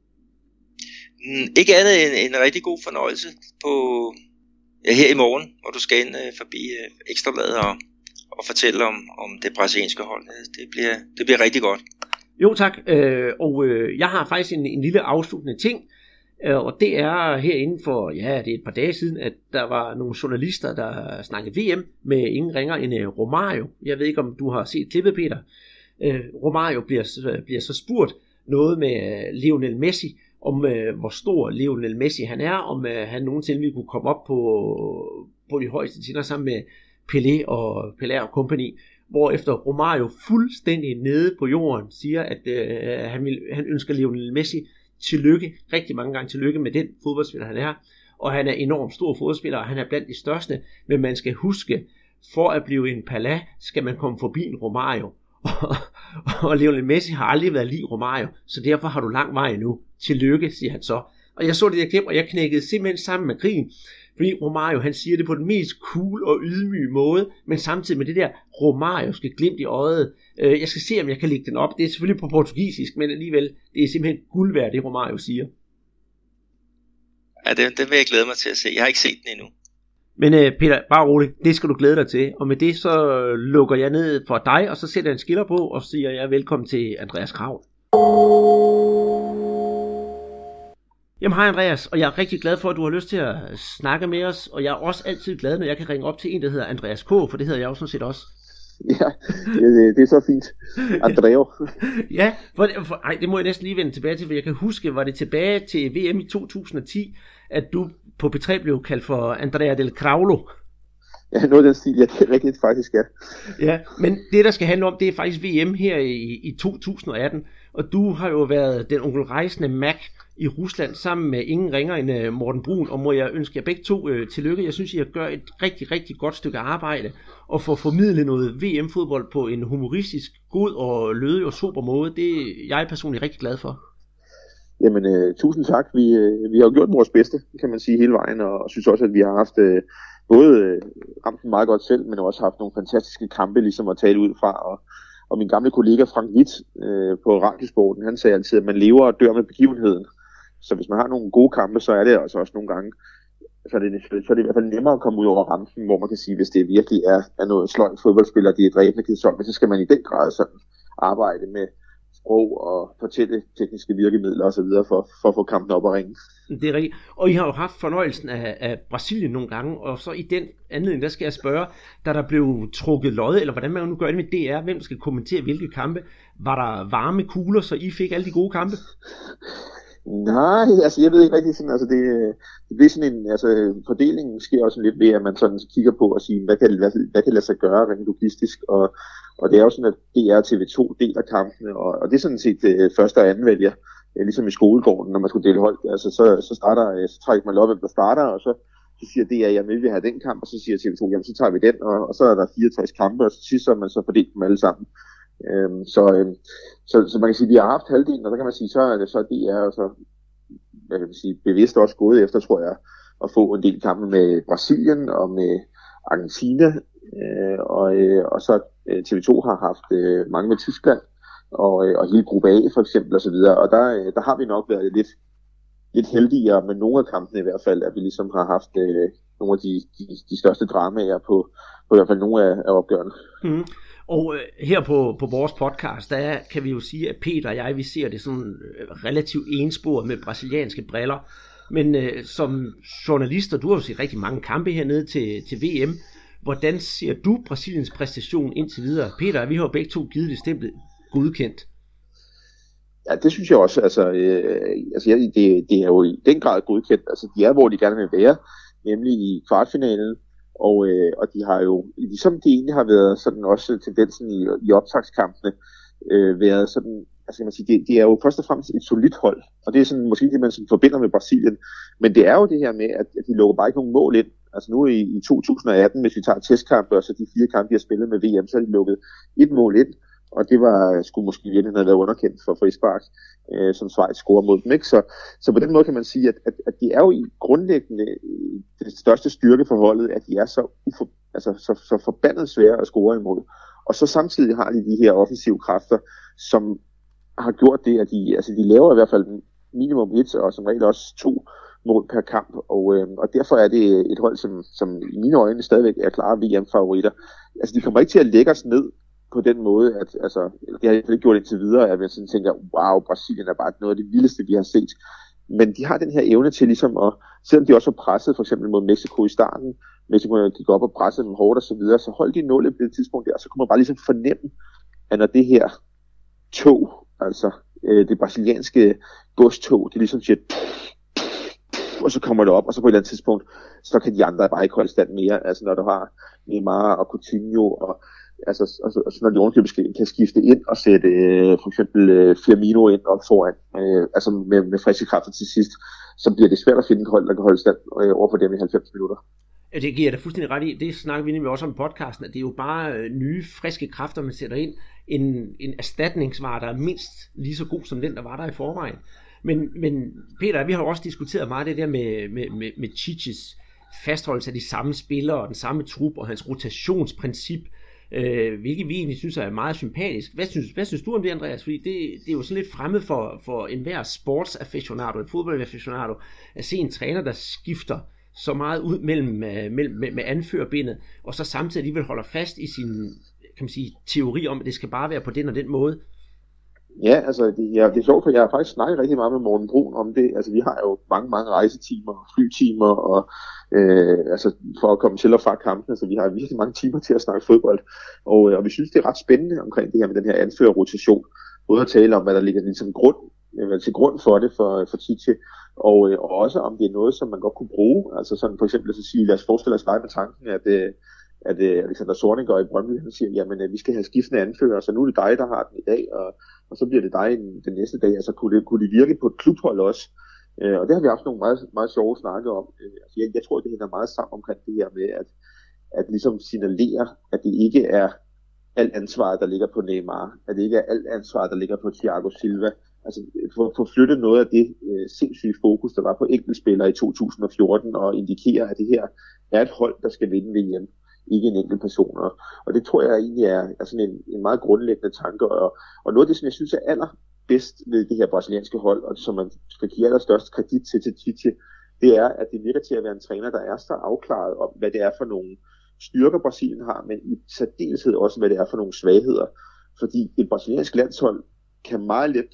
Ikke andet end en rigtig god fornøjelse her i morgen, hvor du skal ind forbi Ekstrabladet og fortælle om det brasilianske hold. Det bliver rigtig godt. Jo tak, og jeg har faktisk en lille afsluttende ting, og det er herinde for, det er et par dage siden, at der var nogle journalister, der snakkede VM med ingen ringer end Romario. Jeg ved ikke, om du har set klippet, Peter. Romario bliver så spurgt noget med Lionel Messi, om hvor stor Lionel Messi han er, om han nogensinde ville kunne komme op på de højeste tider sammen med Pelé og company. Hvorefter Romario fuldstændig nede på jorden siger, at han ønsker Lionel Messi rigtig mange gange tillykke med den fodboldspiller han er, og han er enormt stor fodboldspiller, og han er blandt de største, men man skal huske, for at blive en Pelé, skal man komme forbi en Romario, og Lionel Messi har aldrig været lige Romario, så derfor har du lang vej endnu. Tillykke, siger han så. Og jeg så det der klip, og jeg knækkede simpelthen sammen med krigen, fordi Romario, han siger det på den mest cool og ydmyge måde, men samtidig med det der Romario skal glimt i øjet. Jeg skal se, om jeg kan lægge den op. Det er selvfølgelig på portugisisk, men alligevel, det er simpelthen guld værd, det Romario siger. Ja, det vil jeg glæde mig til at se. Jeg har ikke set den endnu. Men Peter, bare rolig, det skal du glæde dig til. Og med det så lukker jeg ned for dig, og så sætter jeg en skiller på, og siger jeg velkommen til Andreas Kravl. Jamen hej Andreas, og jeg er rigtig glad for, at du har lyst til at snakke med os, og jeg er også altid glad, når jeg kan ringe op til en, der hedder Andreas K., for det hedder jeg jo sådan set også. Ja, det er så fint. Andreo. Ja, det må jeg næsten lige vende tilbage til, for jeg kan huske, var det tilbage til VM i 2010, at du på P3 blev kaldt for Andrea del Craulo. Ja, noget af den stil, ja, det er rigtigt faktisk, ja. Ja, men det der skal handle om, det er faktisk VM her i 2018, og du har jo været den onkel rejsende Mac i Rusland sammen med ingen ringer end Morten Brun, og må jeg ønske jer begge to tillykke. Jeg synes, I har gjort et rigtig, rigtig godt stykke arbejde, og får formidlet noget VM-fodbold på en humoristisk, god og lødig og super måde. Det er jeg personligt rigtig glad for. Jamen, tusind tak. Vi har jo gjort vores bedste, kan man sige, hele vejen, og synes også, at vi har haft både ramt den meget godt selv, men også haft nogle fantastiske kampe ligesom at tale ud fra, og min gamle kollega Frank Witt på Radiosporten, han sagde altid, at man lever og dør med begivenheden. Så hvis man har nogle gode kampe, så er det altså også nogle gange, så er det i hvert fald nemmere at komme ud over rampen, hvor man kan sige, hvis det virkelig er noget sløjt fodboldspiller, de er dræbende kedsommelige, så skal man i den grad sådan arbejde med sprog og fortælle tekniske virkemidler osv. for at få kampen op og ringe. Det er rigtigt. Og I har jo haft fornøjelsen af Brasilien nogle gange, og så i den anledning, der skal jeg spørge, da der blev trukket lod, eller hvordan man nu gør det med DR, hvem skal kommentere hvilke kampe, var der varme kugler, så I fik alle de gode kampe? Nej, altså jeg ved ikke rigtig sådan, altså det bliver sådan en, altså fordelingen sker også lidt ved, at man sådan kigger på og siger, hvad kan lade sig gøre rent logistisk, og det er jo sådan, at DR og TV2 deler kampene, og det er sådan set første og anden vælger, ligesom i skolegården, når man skulle dele hold, altså så trækker man op, hvem der starter, og så siger DR, jamen vi vil have den kamp, og så siger TV2, jamen så tager vi den, og så er der 64 kampe, og så sidst så er man så fordelt dem alle sammen. Så man kan sige, at vi har haft halvdelen, og der kan man sige, så er DR og så bevidst også gået efter, tror jeg, at få en del kampe med Brasilien og med Argentina, og så TV2 har haft mange med Tyskland, og hele gruppe A for eksempel, og så videre, og der har vi nok været lidt heldigere med nogle af kampene i hvert fald, at vi ligesom har haft nogle af de største dramaer på i hvert fald nogle af opgørene. Mm. Og her på vores podcast, der kan vi jo sige, at Peter og jeg, vi ser det sådan relativt ensporet med brasilianske briller. Men som journalister, du har jo set rigtig mange kampe hernede til VM. Hvordan ser du Brasiliens præstation indtil videre? Peter, vi har jo begge to givet det stempel godkendt. Ja, det synes jeg også. Det er jo i den grad godkendt. Altså, de er, hvor de gerne vil være, nemlig i kvartfinalen. Og de har jo, ligesom det egentlig har været sådan også tendensen i optagskampene, været sådan, altså kan man sige, det er jo først og fremmest et solidt hold, og det er sådan måske det, man sådan forbinder med Brasilien, men det er jo det her med, at de lukker bare ikke nogen mål ind. Altså nu i 2018, hvis vi tager testkampe, og så de 4 kampe, de har spillet med VM, så har de lukket 1 mål ind, og det skulle måske virkelig have været underkendt for frispark, som Schweiz scorer mod dem, ikke? Så på den måde kan man sige, at de er jo i grundlæggende det største styrke for holdet, at de er så forbandet svære at score imod. Og så samtidig har de her offensive kræfter, som har gjort det, at de laver i hvert fald minimum 1, og som regel også 2 mål per kamp, og derfor er det et hold, som i mine øjne stadigvæk er klare VM-favoritter. Altså de kommer ikke til at lægge os ned på den måde, at altså, det har jeg ikke gjort indtil videre, at jeg sådan tænker, wow, Brasilien er bare noget af det vildeste, vi har set. Men de har den her evne til ligesom at, selvom de også var presset for eksempel mod Mexico i starten, Mexico gik op og pressede dem hårdt og så videre, så holdt de nullet på det tidspunkt der, så kunne man bare ligesom fornemme, at når det her tog, altså det brasilianske godstog, det ligesom siger, og så kommer det op, og så på et eller andet tidspunkt, så kan de andre bare ikke holde stand mere, altså når du har Neymar og Coutinho, og altså når de ordentligt kan skifte ind og sætte for eksempel Firmino ind op foran, altså med friske kræfter til sidst, så bliver det svært at finde et hold, der kan holde stand over for dem i 90 minutter. Ja, det giver jeg da fuldstændig ret i. Det snakker vi nemlig også om i podcasten, at det er jo bare nye, friske kræfter, man sætter ind. En erstatningsvare, der er mindst lige så god som den, der var der i forvejen. Men Peter, vi har jo også diskuteret meget det der med Chichis fastholdelse af de samme spillere og den samme trup og hans rotationsprincip, hvilket vi egentlig synes er meget sympatisk. Hvad synes du om det, Andreas? Fordi det er jo sådan lidt fremmed for enhver sportsaficionado, en fodboldaficionado, at se en træner, der skifter så meget ud med anførerbindet, og så samtidig alligevel holder fast i sin, kan man sige, teori om, at det skal bare være på den og den måde. Ja, altså det er sjovt, for jeg har faktisk snakket rigtig meget med Morten Brun om det. Altså vi har jo mange rejsetimer, flytimer, og altså for at komme til og fra kampene, så vi har virkelig mange timer til at snakke fodbold. Og vi synes, det er ret spændende omkring det her med den her anførerrotation. Både at tale om, hvad der ligger ligesom til grund for det for Tite, og også om det er noget, som man godt kunne bruge. Altså sådan for eksempel at sige, lad os forestille os med tanken, at Alexander Zornig i Brøndby, han siger, jamen vi skal have skiftende anfører, så nu er det dig, der har den i dag, og så bliver det dig den næste dag. Altså kunne det virke på et klubhold også? Og det har vi haft nogle meget, meget sjove snakke om. Altså, jeg tror, det hænger meget sammen omkring det her med, at ligesom signalere, at det ikke er alt ansvaret, der ligger på Neymar, at det ikke er alt ansvaret, der ligger på Thiago Silva. Altså få flyttet noget af det sindssyge fokus, der var på enkeltspillere i 2014, og indikere, at det her er et hold, der skal vinde VM, ikke en enkelt person. Og det tror jeg egentlig er sådan en meget grundlæggende tanke, og noget af det, som jeg synes er allerbedst ved det her brasilianske hold, og som man skal give allerstørst kredit til Tite, det er, at det virker til at være en træner, der er så afklaret om, hvad det er for nogle styrker Brasilien har, men i særdeleshed også, hvad det er for nogle svagheder. Fordi et brasiliansk landshold kan meget let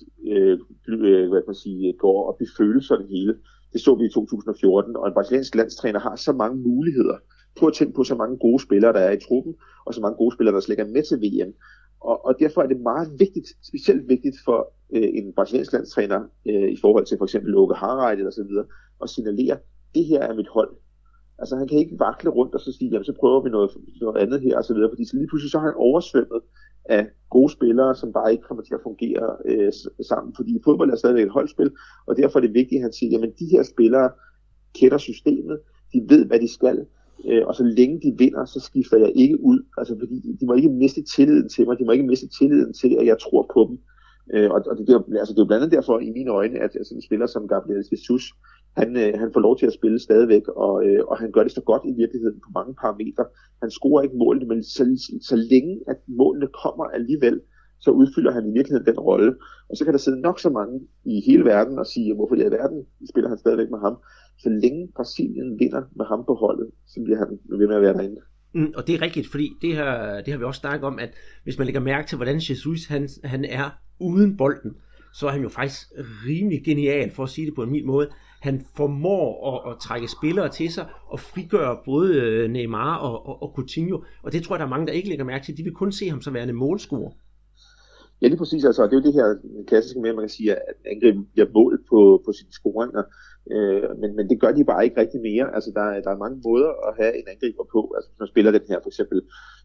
gå op i følelserne hele. Det så vi i 2014, og en brasiliansk landstræner har så mange muligheder. Prøv at tænke på så mange gode spillere, der er i truppen, og så mange gode spillere, der slet ikke er med til VM. Og derfor er det meget vigtigt, specielt vigtigt for en brasiliansk landstræner i forhold til for eksempel Åke Hareide eller så videre, at signalere, det her er mit hold. Altså han kan ikke vakle rundt og så sige, jamen så prøver vi noget andet her og så videre, fordi så lige pludselig så har han oversvømmet af gode spillere, som bare ikke kommer til at fungere sammen, fordi fodbold er stadigvæk et holdspil, og derfor er det vigtigt, at han siger, jamen de her spillere kender systemet, de ved, hvad de skal, og så længe de vinder, så skifter jeg ikke ud, altså fordi de må ikke miste tilliden til mig, de må ikke miste tilliden til, at jeg tror på dem. Og det er jo blandt andet derfor i mine øjne, at sådan en spiller som Gabriel Jesus, han får lov til at spille stadigvæk, og han gør det så godt i virkeligheden på mange parametre. Han scorer ikke målene, men så længe at målene kommer alligevel, så udfylder han i virkeligheden den rolle. Og så kan der sidde nok så mange i hele verden og sige, hvorfor i verden spiller han stadigvæk med ham. Så længe Brasilien vinder med ham på holdet, så bliver han ved med at være derinde. Og det er rigtigt, fordi det har vi også snakket om, at hvis man lægger mærke til, hvordan Jesus han er uden bolden, så er han jo faktisk rimelig genial, for at sige det på en mild måde. Han formår at trække spillere til sig og frigøre både Neymar og Coutinho, og det tror jeg, der er mange, der ikke lægger mærke til. De vil kun se ham som værende målscorer. Ja, lige præcis. Altså, det er jo det her klassiske med, at man kan sige, at angriben bliver målt på sine scoringer. Men det gør de bare ikke rigtig mere. Altså, der er mange måder at have en angriber på. Altså, hvis man spiller den her for eksempel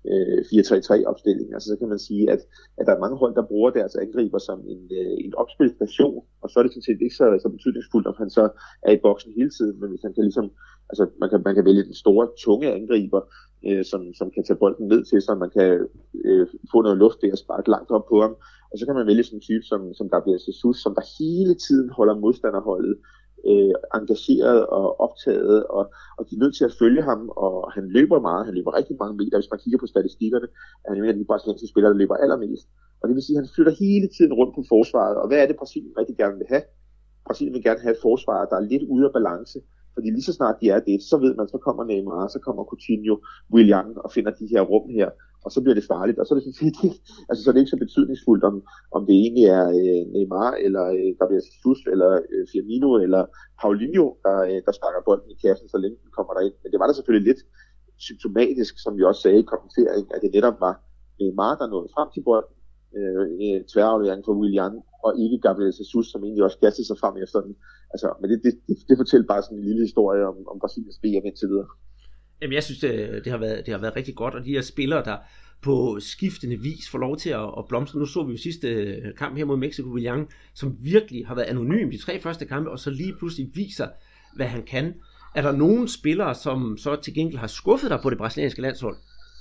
4-3-3 opstilling, altså, så kan man sige, at der er mange hold, der bruger deres angriber som en opspilstation, og så er det sådan set ikke så betydningsfuldt, om han så er i boksen hele tiden, men hvis han kan ligesom, altså man kan vælge den store, tunge angriber, som kan tage bolden ned til sig, man kan få noget luft ved at sparke langt op på ham, og så kan man vælge sådan en type som Gabriel Jesus, som der hele tiden holder modstanderholdet engageret og optaget, og de er nødt til at følge ham, og han løber meget, han løber rigtig mange meter. Hvis man kigger på statistikkerne, er han en af de brasilianske spillere, der løber allermest, og det vil sige, at han flytter hele tiden rundt på forsvaret. Og hvad er det Brasilien rigtig gerne vil have? Brasilien vil gerne have et forsvar, der er lidt ude af balance, fordi lige så snart de er det, så ved man, så kommer Neymar, så kommer Coutinho, Willian og finder de her rum her, og så bliver det farligt, og så er det sådan set, altså så er det ikke så betydningsfuldt, om det egentlig er Neymar, eller Gabriel Jesus, eller Firmino, eller Paulinho, der sparker bolden i kassen, så længe den kommer derind. Men det var da selvfølgelig lidt symptomatisk, som vi også sagde i kommenteringen, at det netop var Neymar, der nåede frem til bolden, tværaflevering for Willian, og ikke Gabriel Jesus, som egentlig også kastede sig frem efter den. Altså, men det fortæller bare sådan en lille historie om Brasiliens VM indtil videre. Jamen, jeg synes, det har været rigtig godt, og de her spillere, der på skiftende vis får lov til at blomstre. Nu så vi jo sidste kamp her mod Mexico, Willian, som virkelig har været anonym de 3 første kampe, og så lige pludselig viser, hvad han kan. Er der nogen spillere, som så til gengæld har skuffet dig på det brasilianske landshold?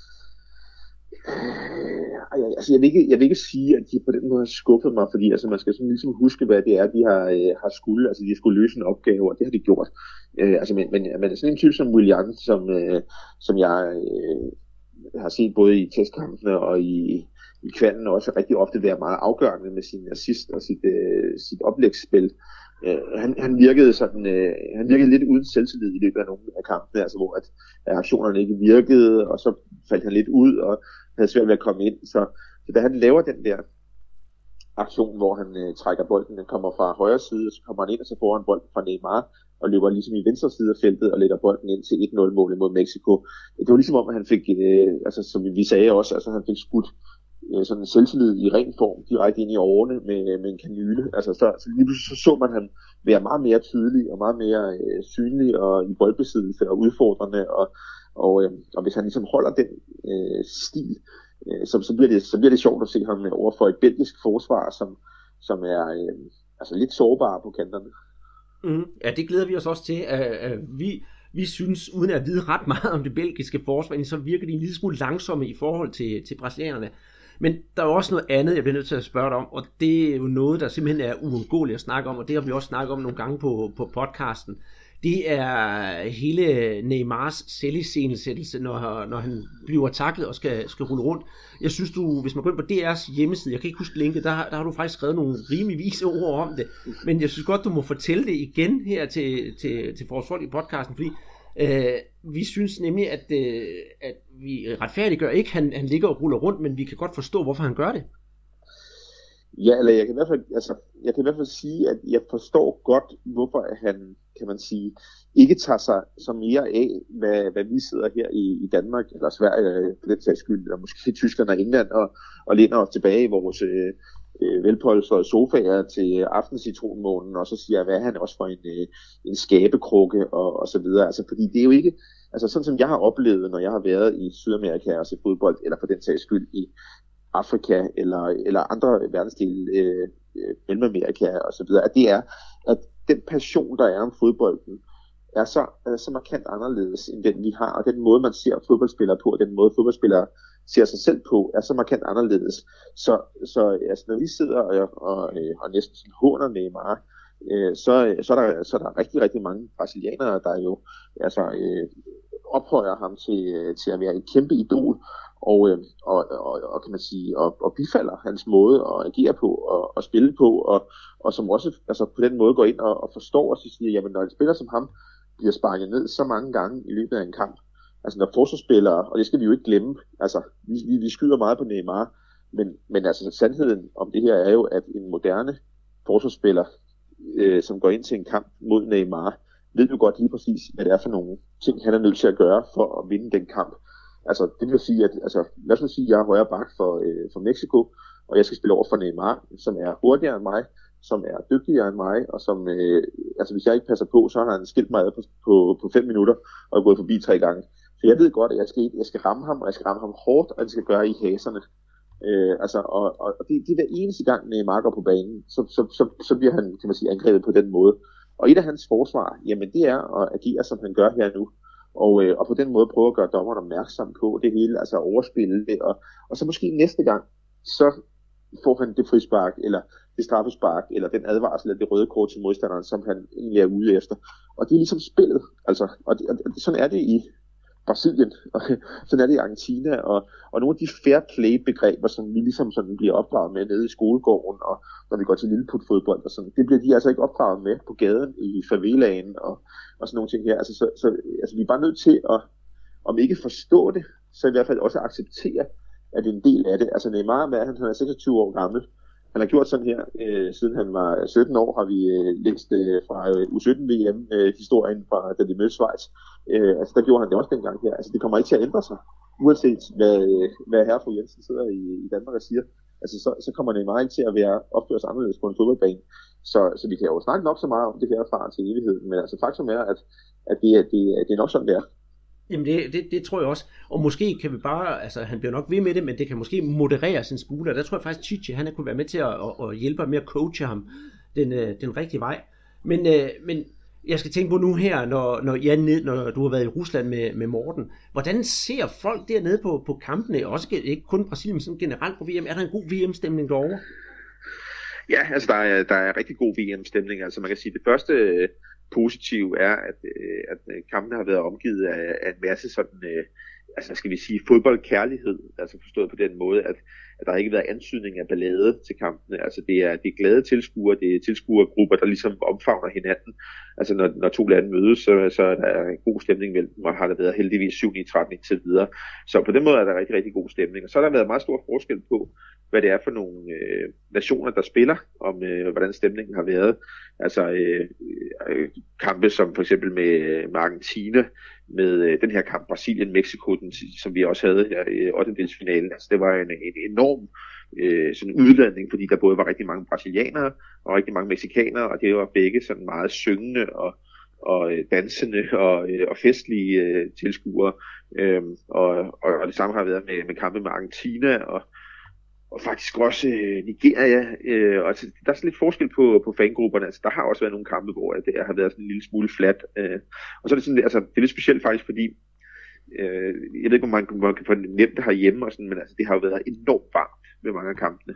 Altså, jeg vil ikke sige, at de på den måde har skuffet mig, fordi altså, man skal sådan ligesom huske, hvad det er, de har skulle. Altså, de skulle løse en opgave, og det har de gjort. Men sådan en type som Willian, som jeg har set både i testkampene og i kvalen også rigtig ofte være meget afgørende med sin assist og sit oplægsspil. Han virkede lidt uden selvtillid i løbet af nogle af kampene, altså hvor at aktionerne ikke virkede, og så faldt han lidt ud og havde svært ved at komme ind. Så da han laver den der aktion, hvor han trækker bolden, den kommer fra højre side, og så kommer han ind, og så får han bolden fra Neymar, og løber ligesom i venstre side af feltet, og lægger bolden ind til 1-0-målet mod Mexico. Det var ligesom om, at han fik, altså som vi sagde også, altså han fik skudt sådan en selvtillid i ren form direkte ind i årene med en kanyle. Altså så lige pludselig så man han være meget mere tydelig og meget mere synlig og i boldbesiddelse og udfordrende, og hvis han ligesom holder den stil, så bliver det sjovt at se ham over for et belgisk forsvar, som er altså lidt sårbare på kanterne. Ja, det glæder vi os også til. Vi synes, uden at vide ret meget om det belgiske forsvar, så virker de en lille smule langsomme i forhold til brasilianerne. Men der er også noget andet, jeg bliver nødt til at spørge dig om, og det er jo noget, der simpelthen er uundgåeligt at snakke om, og det har vi også snakket om nogle gange på podcasten. Det er hele Neymars selviscenesættelse, når han bliver tacklet og skal rulle rundt. Jeg synes, hvis man går ind på DR's hjemmeside, jeg kan ikke huske linket, der har du faktisk skrevet nogle rimelig vise ord om det. Men jeg synes godt, du må fortælle det igen her til vores folk i podcasten, fordi vi synes nemlig, at vi retfærdiggør ikke, han ligger og ruller rundt, men vi kan godt forstå, hvorfor han gør det. Ja, eller jeg kan i hvert fald sige, at jeg forstår godt, hvorfor han, kan man sige, ikke tager sig så mere af, hvad vi sidder her i Danmark, eller Sverige, for den sags skyld, eller måske Tyskland og England, og læner os tilbage i vores velpolstrede sofaer til aftenscitronmånen, og så siger, hvad han også for en skabekrukke, og så videre. Altså, fordi det er jo ikke, altså sådan som jeg har oplevet, når jeg har været i Sydamerika og set fodbold, eller for den sags skyld i Afrika eller andre verdensdele, Mellemamerika og så videre, at det er, at den passion, der er om fodbolden, er så markant anderledes end den vi har, og den måde man ser fodboldspillere på, og den måde fodboldspillere ser sig selv på, er så markant anderledes. Så altså, når vi sidder og næsten sådan håner Neymar, så er der rigtig, rigtig mange brasilianere, der jo altså ophøjer ham til at være et kæmpe idol, og kan man sige, og bifalder hans måde at agere på og spille på, og som også altså på den måde går ind og forstår og siger, jamen når en spiller som ham bliver sparket ned så mange gange i løbet af en kamp, altså når forsvarsspillere, og det skal vi jo ikke glemme, altså vi skyder meget på Neymar, men altså sandheden om det her er jo, at en moderne forsvarsspiller, som går ind til en kamp mod Neymar, ved jo godt lige præcis, hvad det er for nogle ting, han er nødt til at gøre for at vinde den kamp. Altså, det vil sige, at lad os sige, at jeg er højre bak for Mexico, og jeg skal spille over for Neymar, som er hurtigere end mig, som er dygtigere end mig, og som, hvis jeg ikke passer på, så har han skilt mig på 5 minutter, og er gået forbi 3 gange. Så jeg ved godt, at jeg skal ramme ham, og jeg skal ramme ham hårdt, og det skal gøre i haserne. Og det er hver eneste gang, Neymar går på banen, så bliver han, kan man sige, angrebet på den måde. Og et af hans forsvar, jamen det er at agere, som han gør her nu. Og på den måde prøve at gøre dommeren opmærksom på det hele, altså overspille det, og så måske næste gang, så får han det frispark, eller det straffespark, eller den advarsel, eller det røde kort til modstanderen, som han egentlig er ude efter. Og det er ligesom spillet, altså, og sådan er det i Brasilien, og sådan er det i Argentina, og nogle af de fair play-begreber, som vi ligesom sådan bliver opdraget med nede i skolegården, og når vi går til lilleputfodbold og sådan, det bliver de altså ikke opdraget med på gaden i favelaen og sådan nogle ting her. Altså vi er bare nødt til at, om ikke forstå det, så i hvert fald også acceptere, at det er en del af det. Altså Neymar, han er 26 år gammel. Han har gjort sådan her, siden han var 17 år, har vi læst fra U17-VM-historien fra, da de mødte Schweiz. Der gjorde han det også dengang her. Altså, det kommer ikke til at ændre sig, uanset hvad herre fru Jensen sidder i Danmark og siger. Altså, så kommer det meget til at opføre sig anderledes på en fodboldbane. Så vi kan jo snakke nok så meget om det her fra til evigheden, men altså faktum er, at det er nok sådan, det er. Jamen det tror jeg også, og måske kan vi bare, altså han bliver nok ved med det, men det kan måske moderere sin smule, og der tror jeg faktisk Chichi, han kunne være med til at hjælpe med at coache ham den rigtige vej. Men jeg skal tænke på nu her, når du har været i Rusland med Morten, hvordan ser folk dernede på kampene, også ikke kun Brasilien, men sådan generelt på VM, er der en god VM-stemning derovre? Ja, altså der er rigtig god VM-stemning, altså man kan sige, det første positive er, at kampene har været omgivet af en masse sådan, skal vi sige, fodboldkærlighed, altså forstået på den måde, at der ikke har været antydning af ballade til kampene, altså det er glade tilskuere, det er tilskuergrupper, der ligesom omfavner hinanden, altså når to lande mødes, så er der en god stemning mellem dem, og har der været heldigvis 7-9-13 til videre, så på den måde er der rigtig, rigtig god stemning, og så har der været meget stor forskel på, hvad det er for nogle nationer, der spiller, om hvordan stemningen har været. Altså kampe som for eksempel med Argentina, med den her kamp Brasilien-Mexico, som vi også havde her i 8-delsfinalen. Altså, det var en enorm sådan udlanding, fordi der både var rigtig mange brasilianere og rigtig mange mexikanere, og det var begge sådan meget syngende og dansende og festlige tilskuere. Og det samme har været med kampe med Argentina og faktisk også Nigeria, og der er sådan lidt forskel på fangrupperne, altså der har også været nogle kampe, hvor det har været sådan en lille smule flat, og så er det sådan, altså det er lidt specielt faktisk, fordi jeg ved ikke, om man kan fornemme det herhjemme, og sådan, men altså det har jo været enormt varmt ved mange af kampene,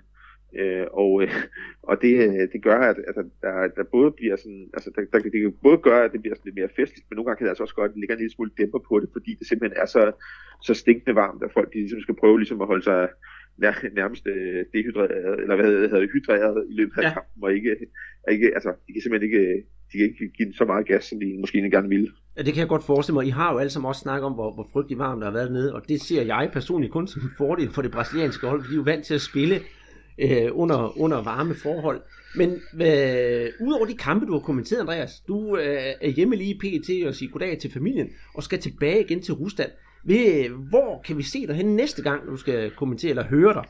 og det gør, at der både bliver sådan, altså det kan både gøre, at det bliver sådan lidt mere festligt, men nogle gange kan det altså også gøre, at det ligger en lille smule dæmper på det, fordi det simpelthen er så stinkende varmt, at folk de ligesom skal prøve ligesom at holde sig nærmest dehydreret, eller hvad hedder det, hydreret i løbet af kampen, og ikke, altså, de kan simpelthen ikke give så meget gas, som de måske ikke gerne ville. Ja, det kan jeg godt forestille mig. I har jo alle sammen også snakket om, hvor frygtelig varmt der har været nede, og det ser jeg personligt kun som en fordel for det brasilianske hold, fordi de er jo vant til at spille under varme forhold. Men udover de kampe, du har kommenteret, Andreas, du er hjemme lige pt. Og siger goddag til familien, og skal tilbage igen til Rusland. Hvor kan vi se dig hen næste gang, du skal kommentere eller høre dig?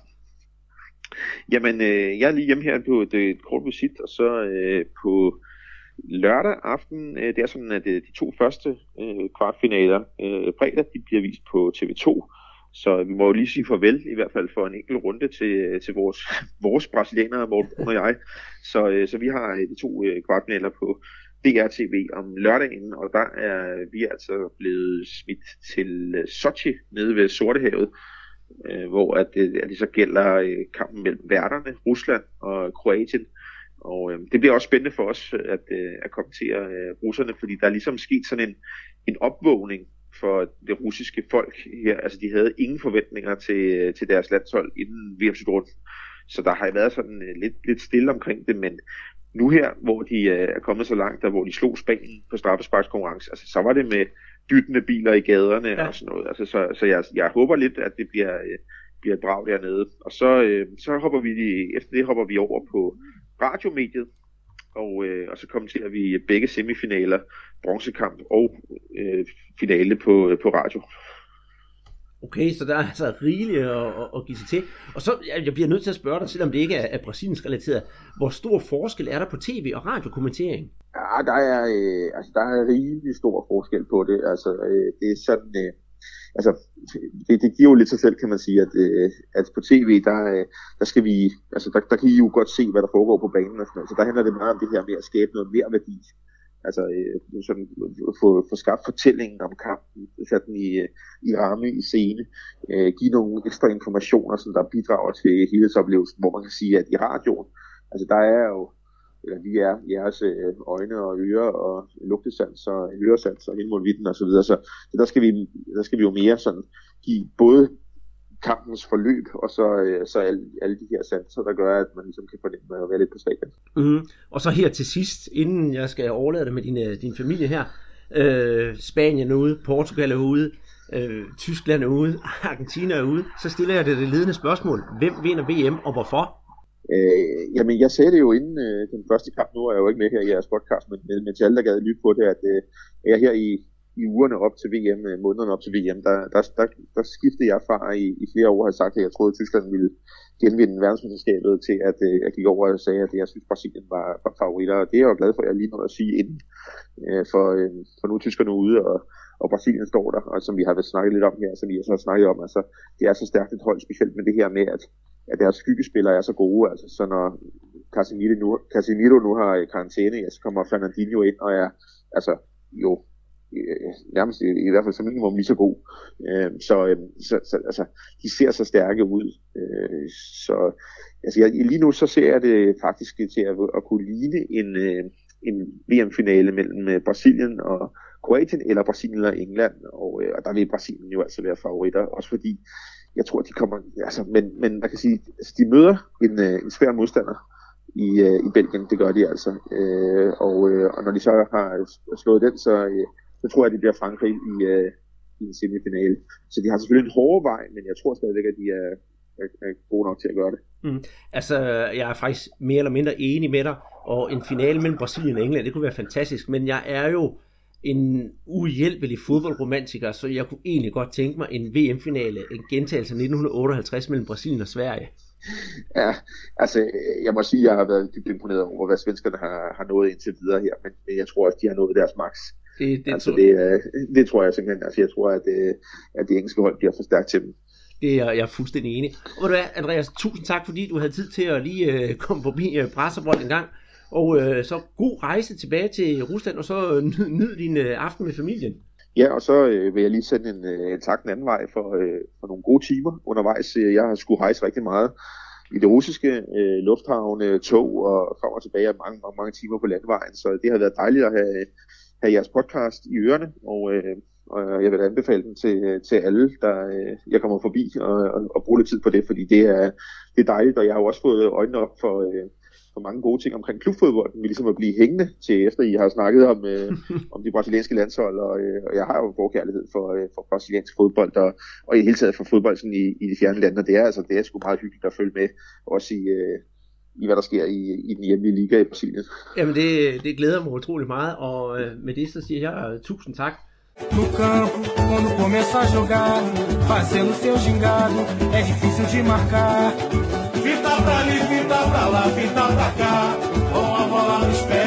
Jamen, jeg er lige hjemme her på et kort visit, og så på lørdag aften, det er sådan, at de 2 første kvartfinaler fredag, de bliver vist på TV2. Så vi må jo lige sige farvel, i hvert fald for en enkelt runde til vores brasilianere, Morten og jeg. Så vi har de 2 kvartfinaler på DR-TV om lørdagen, og der er vi altså blevet smidt til Sochi nede ved Sortehavet, hvor at det så gælder kampen mellem værterne, Rusland og Kroatien. Og det bliver også spændende for os at kommentere russerne, fordi der er ligesom sket sådan en opvågning for det russiske folk her. Altså de havde ingen forventninger til deres landshold inden VM-slutrunden. Så der har været sådan lidt stille omkring det, men nu her, hvor de er kommet så langt, og hvor de slog Spanien på straffesparkskonkurrence, altså så var det med dyttende biler i gaderne og sådan noget. Altså, så jeg håber lidt, at det bliver et brag dernede. Og så hopper vi over på radiomediet, og så kommenterer vi begge semifinaler, bronzekamp og finale på radio. Okay, så der er altså rigeligt at give sig til. Og så jeg bliver nødt til at spørge dig, selvom det ikke er Brasiliens relateret, hvor stor forskel er der på tv- og radiokommentering? Ja, der er rigelig stor forskel på det. Altså, det er sådan, det giver jo lidt sig selv, kan man sige, at på tv, der skal vi, altså der kan I jo godt se, hvad der foregår på banen og sådan noget. Så der handler det meget om det her med at skabe noget mere værdi. Altså sådan få skabt fortællingen om kampen, sat den i ramme, i scene, give nogle ekstra informationer, som der bidrager til helhedsoplevelsen, hvor man kan sige, at i radioen, altså der er jo, eller vi er jeres øjne og ører og lugtesans og høresans og hele målvidden og så videre, så der skal vi jo mere sådan give både kampens forløb, og så alle de her sanser, der gør, at man ligesom kan fornemme at være lidt på stadion. Og så her til sidst, inden jeg skal overlade dig med din familie her, Spanien er ude, Portugal er ude, Tyskland er ude, Argentina er ude, så stiller jeg det ledende spørgsmål. Hvem vinder VM, og hvorfor? Jamen, jeg sagde det jo inden den første kamp, nu er jeg jo ikke med her i jeres podcast, men til alle, der gad lytte på det, at jeg her i ugerne op til VM, månederne op til VM, der skiftede jeg fra i flere år, har sagt, at jeg troede, at Tyskland ville genvinde verdensmesterskabet, til at jeg gik over og sagde, at jeg synes, Brasilien var favoritter, og det er jeg jo glad for, at jeg lige nåede at sige inden, for nu er tyskerne ude, og Brasilien står der, og som vi har snakket lidt om her, som vi har snakket om, altså det er så stærkt et hold, specielt med det her med, at deres skyggespillere er så gode, altså så når Casemiro nu har karantæne, så kommer Fernandinho ind og er altså jo nærmest i hvert fald som minimum lige så god. Så altså, de ser så stærke ud. Så altså, lige nu så ser jeg det faktisk til at kunne ligne en VM-finale mellem Brasilien og Kroatien, eller Brasilien og England, og der vil Brasilien jo altså være favoritter, også fordi jeg tror, de kommer, altså, men man kan sige, altså, de møder en svær modstander i Belgien, det gør de altså, og når de så har slået den, så tror jeg, at de bliver Frankrig i en semifinale. Så de har selvfølgelig en hård vej, men jeg tror stadigvæk, at de er gode nok til at gøre det. Altså, jeg er faktisk mere eller mindre enig med dig, og en finale mellem Brasilien og England, det kunne være fantastisk, men jeg er jo en uhjælpelig fodboldromantiker, så jeg kunne egentlig godt tænke mig en VM-finale, en gentagelse af 1958 mellem Brasilien og Sverige. Ja, altså jeg må sige, at jeg har været dybt imponeret over, hvad svenskerne har nået indtil videre her, men jeg tror også, de har nået deres max. Det tror jeg simpelthen. Altså jeg tror, at det engelske hold bliver for stærkt til dem. Det er jeg fuldstændig enig. Og ved du hvad, Andreas, tusind tak, fordi du havde tid til at lige komme forbi Brasserbold en gang. Og så god rejse tilbage til Rusland, og så nyd din aften med familien. Ja, og så vil jeg lige sende en tak den anden vej for nogle gode timer undervejs. Jeg har skulle rejse rigtig meget i det russiske lufthavn, tog og frem og tilbage mange timer på landvejen. Så det har været dejligt at have jeres podcast i ørerne, og jeg vil anbefale den til alle, der jeg kommer forbi og bruge lidt tid på det, fordi det er dejligt, og jeg har jo også fået øjnene op for for mange gode ting omkring klubfodbolden, vi ligesom at blive hængende til, efter I har snakket om de brasilianske landshold, og jeg har jo forkærlighed for brasiliansk fodbold, og i det hele taget for fodbold sådan i de fjerne lande, og det er sgu meget hyggeligt at følge med, også i hvad der sker i den hjemlige liga i Brasilien. Jamen det glæder mig utrolig meget, og med det så siger jeg tusind tak. No campo, quando começa a jogar, fazendo seu gingado, é difícil de marcar. Fita pra ali, fita pra lá, fita pra cá, com a bola nos pés.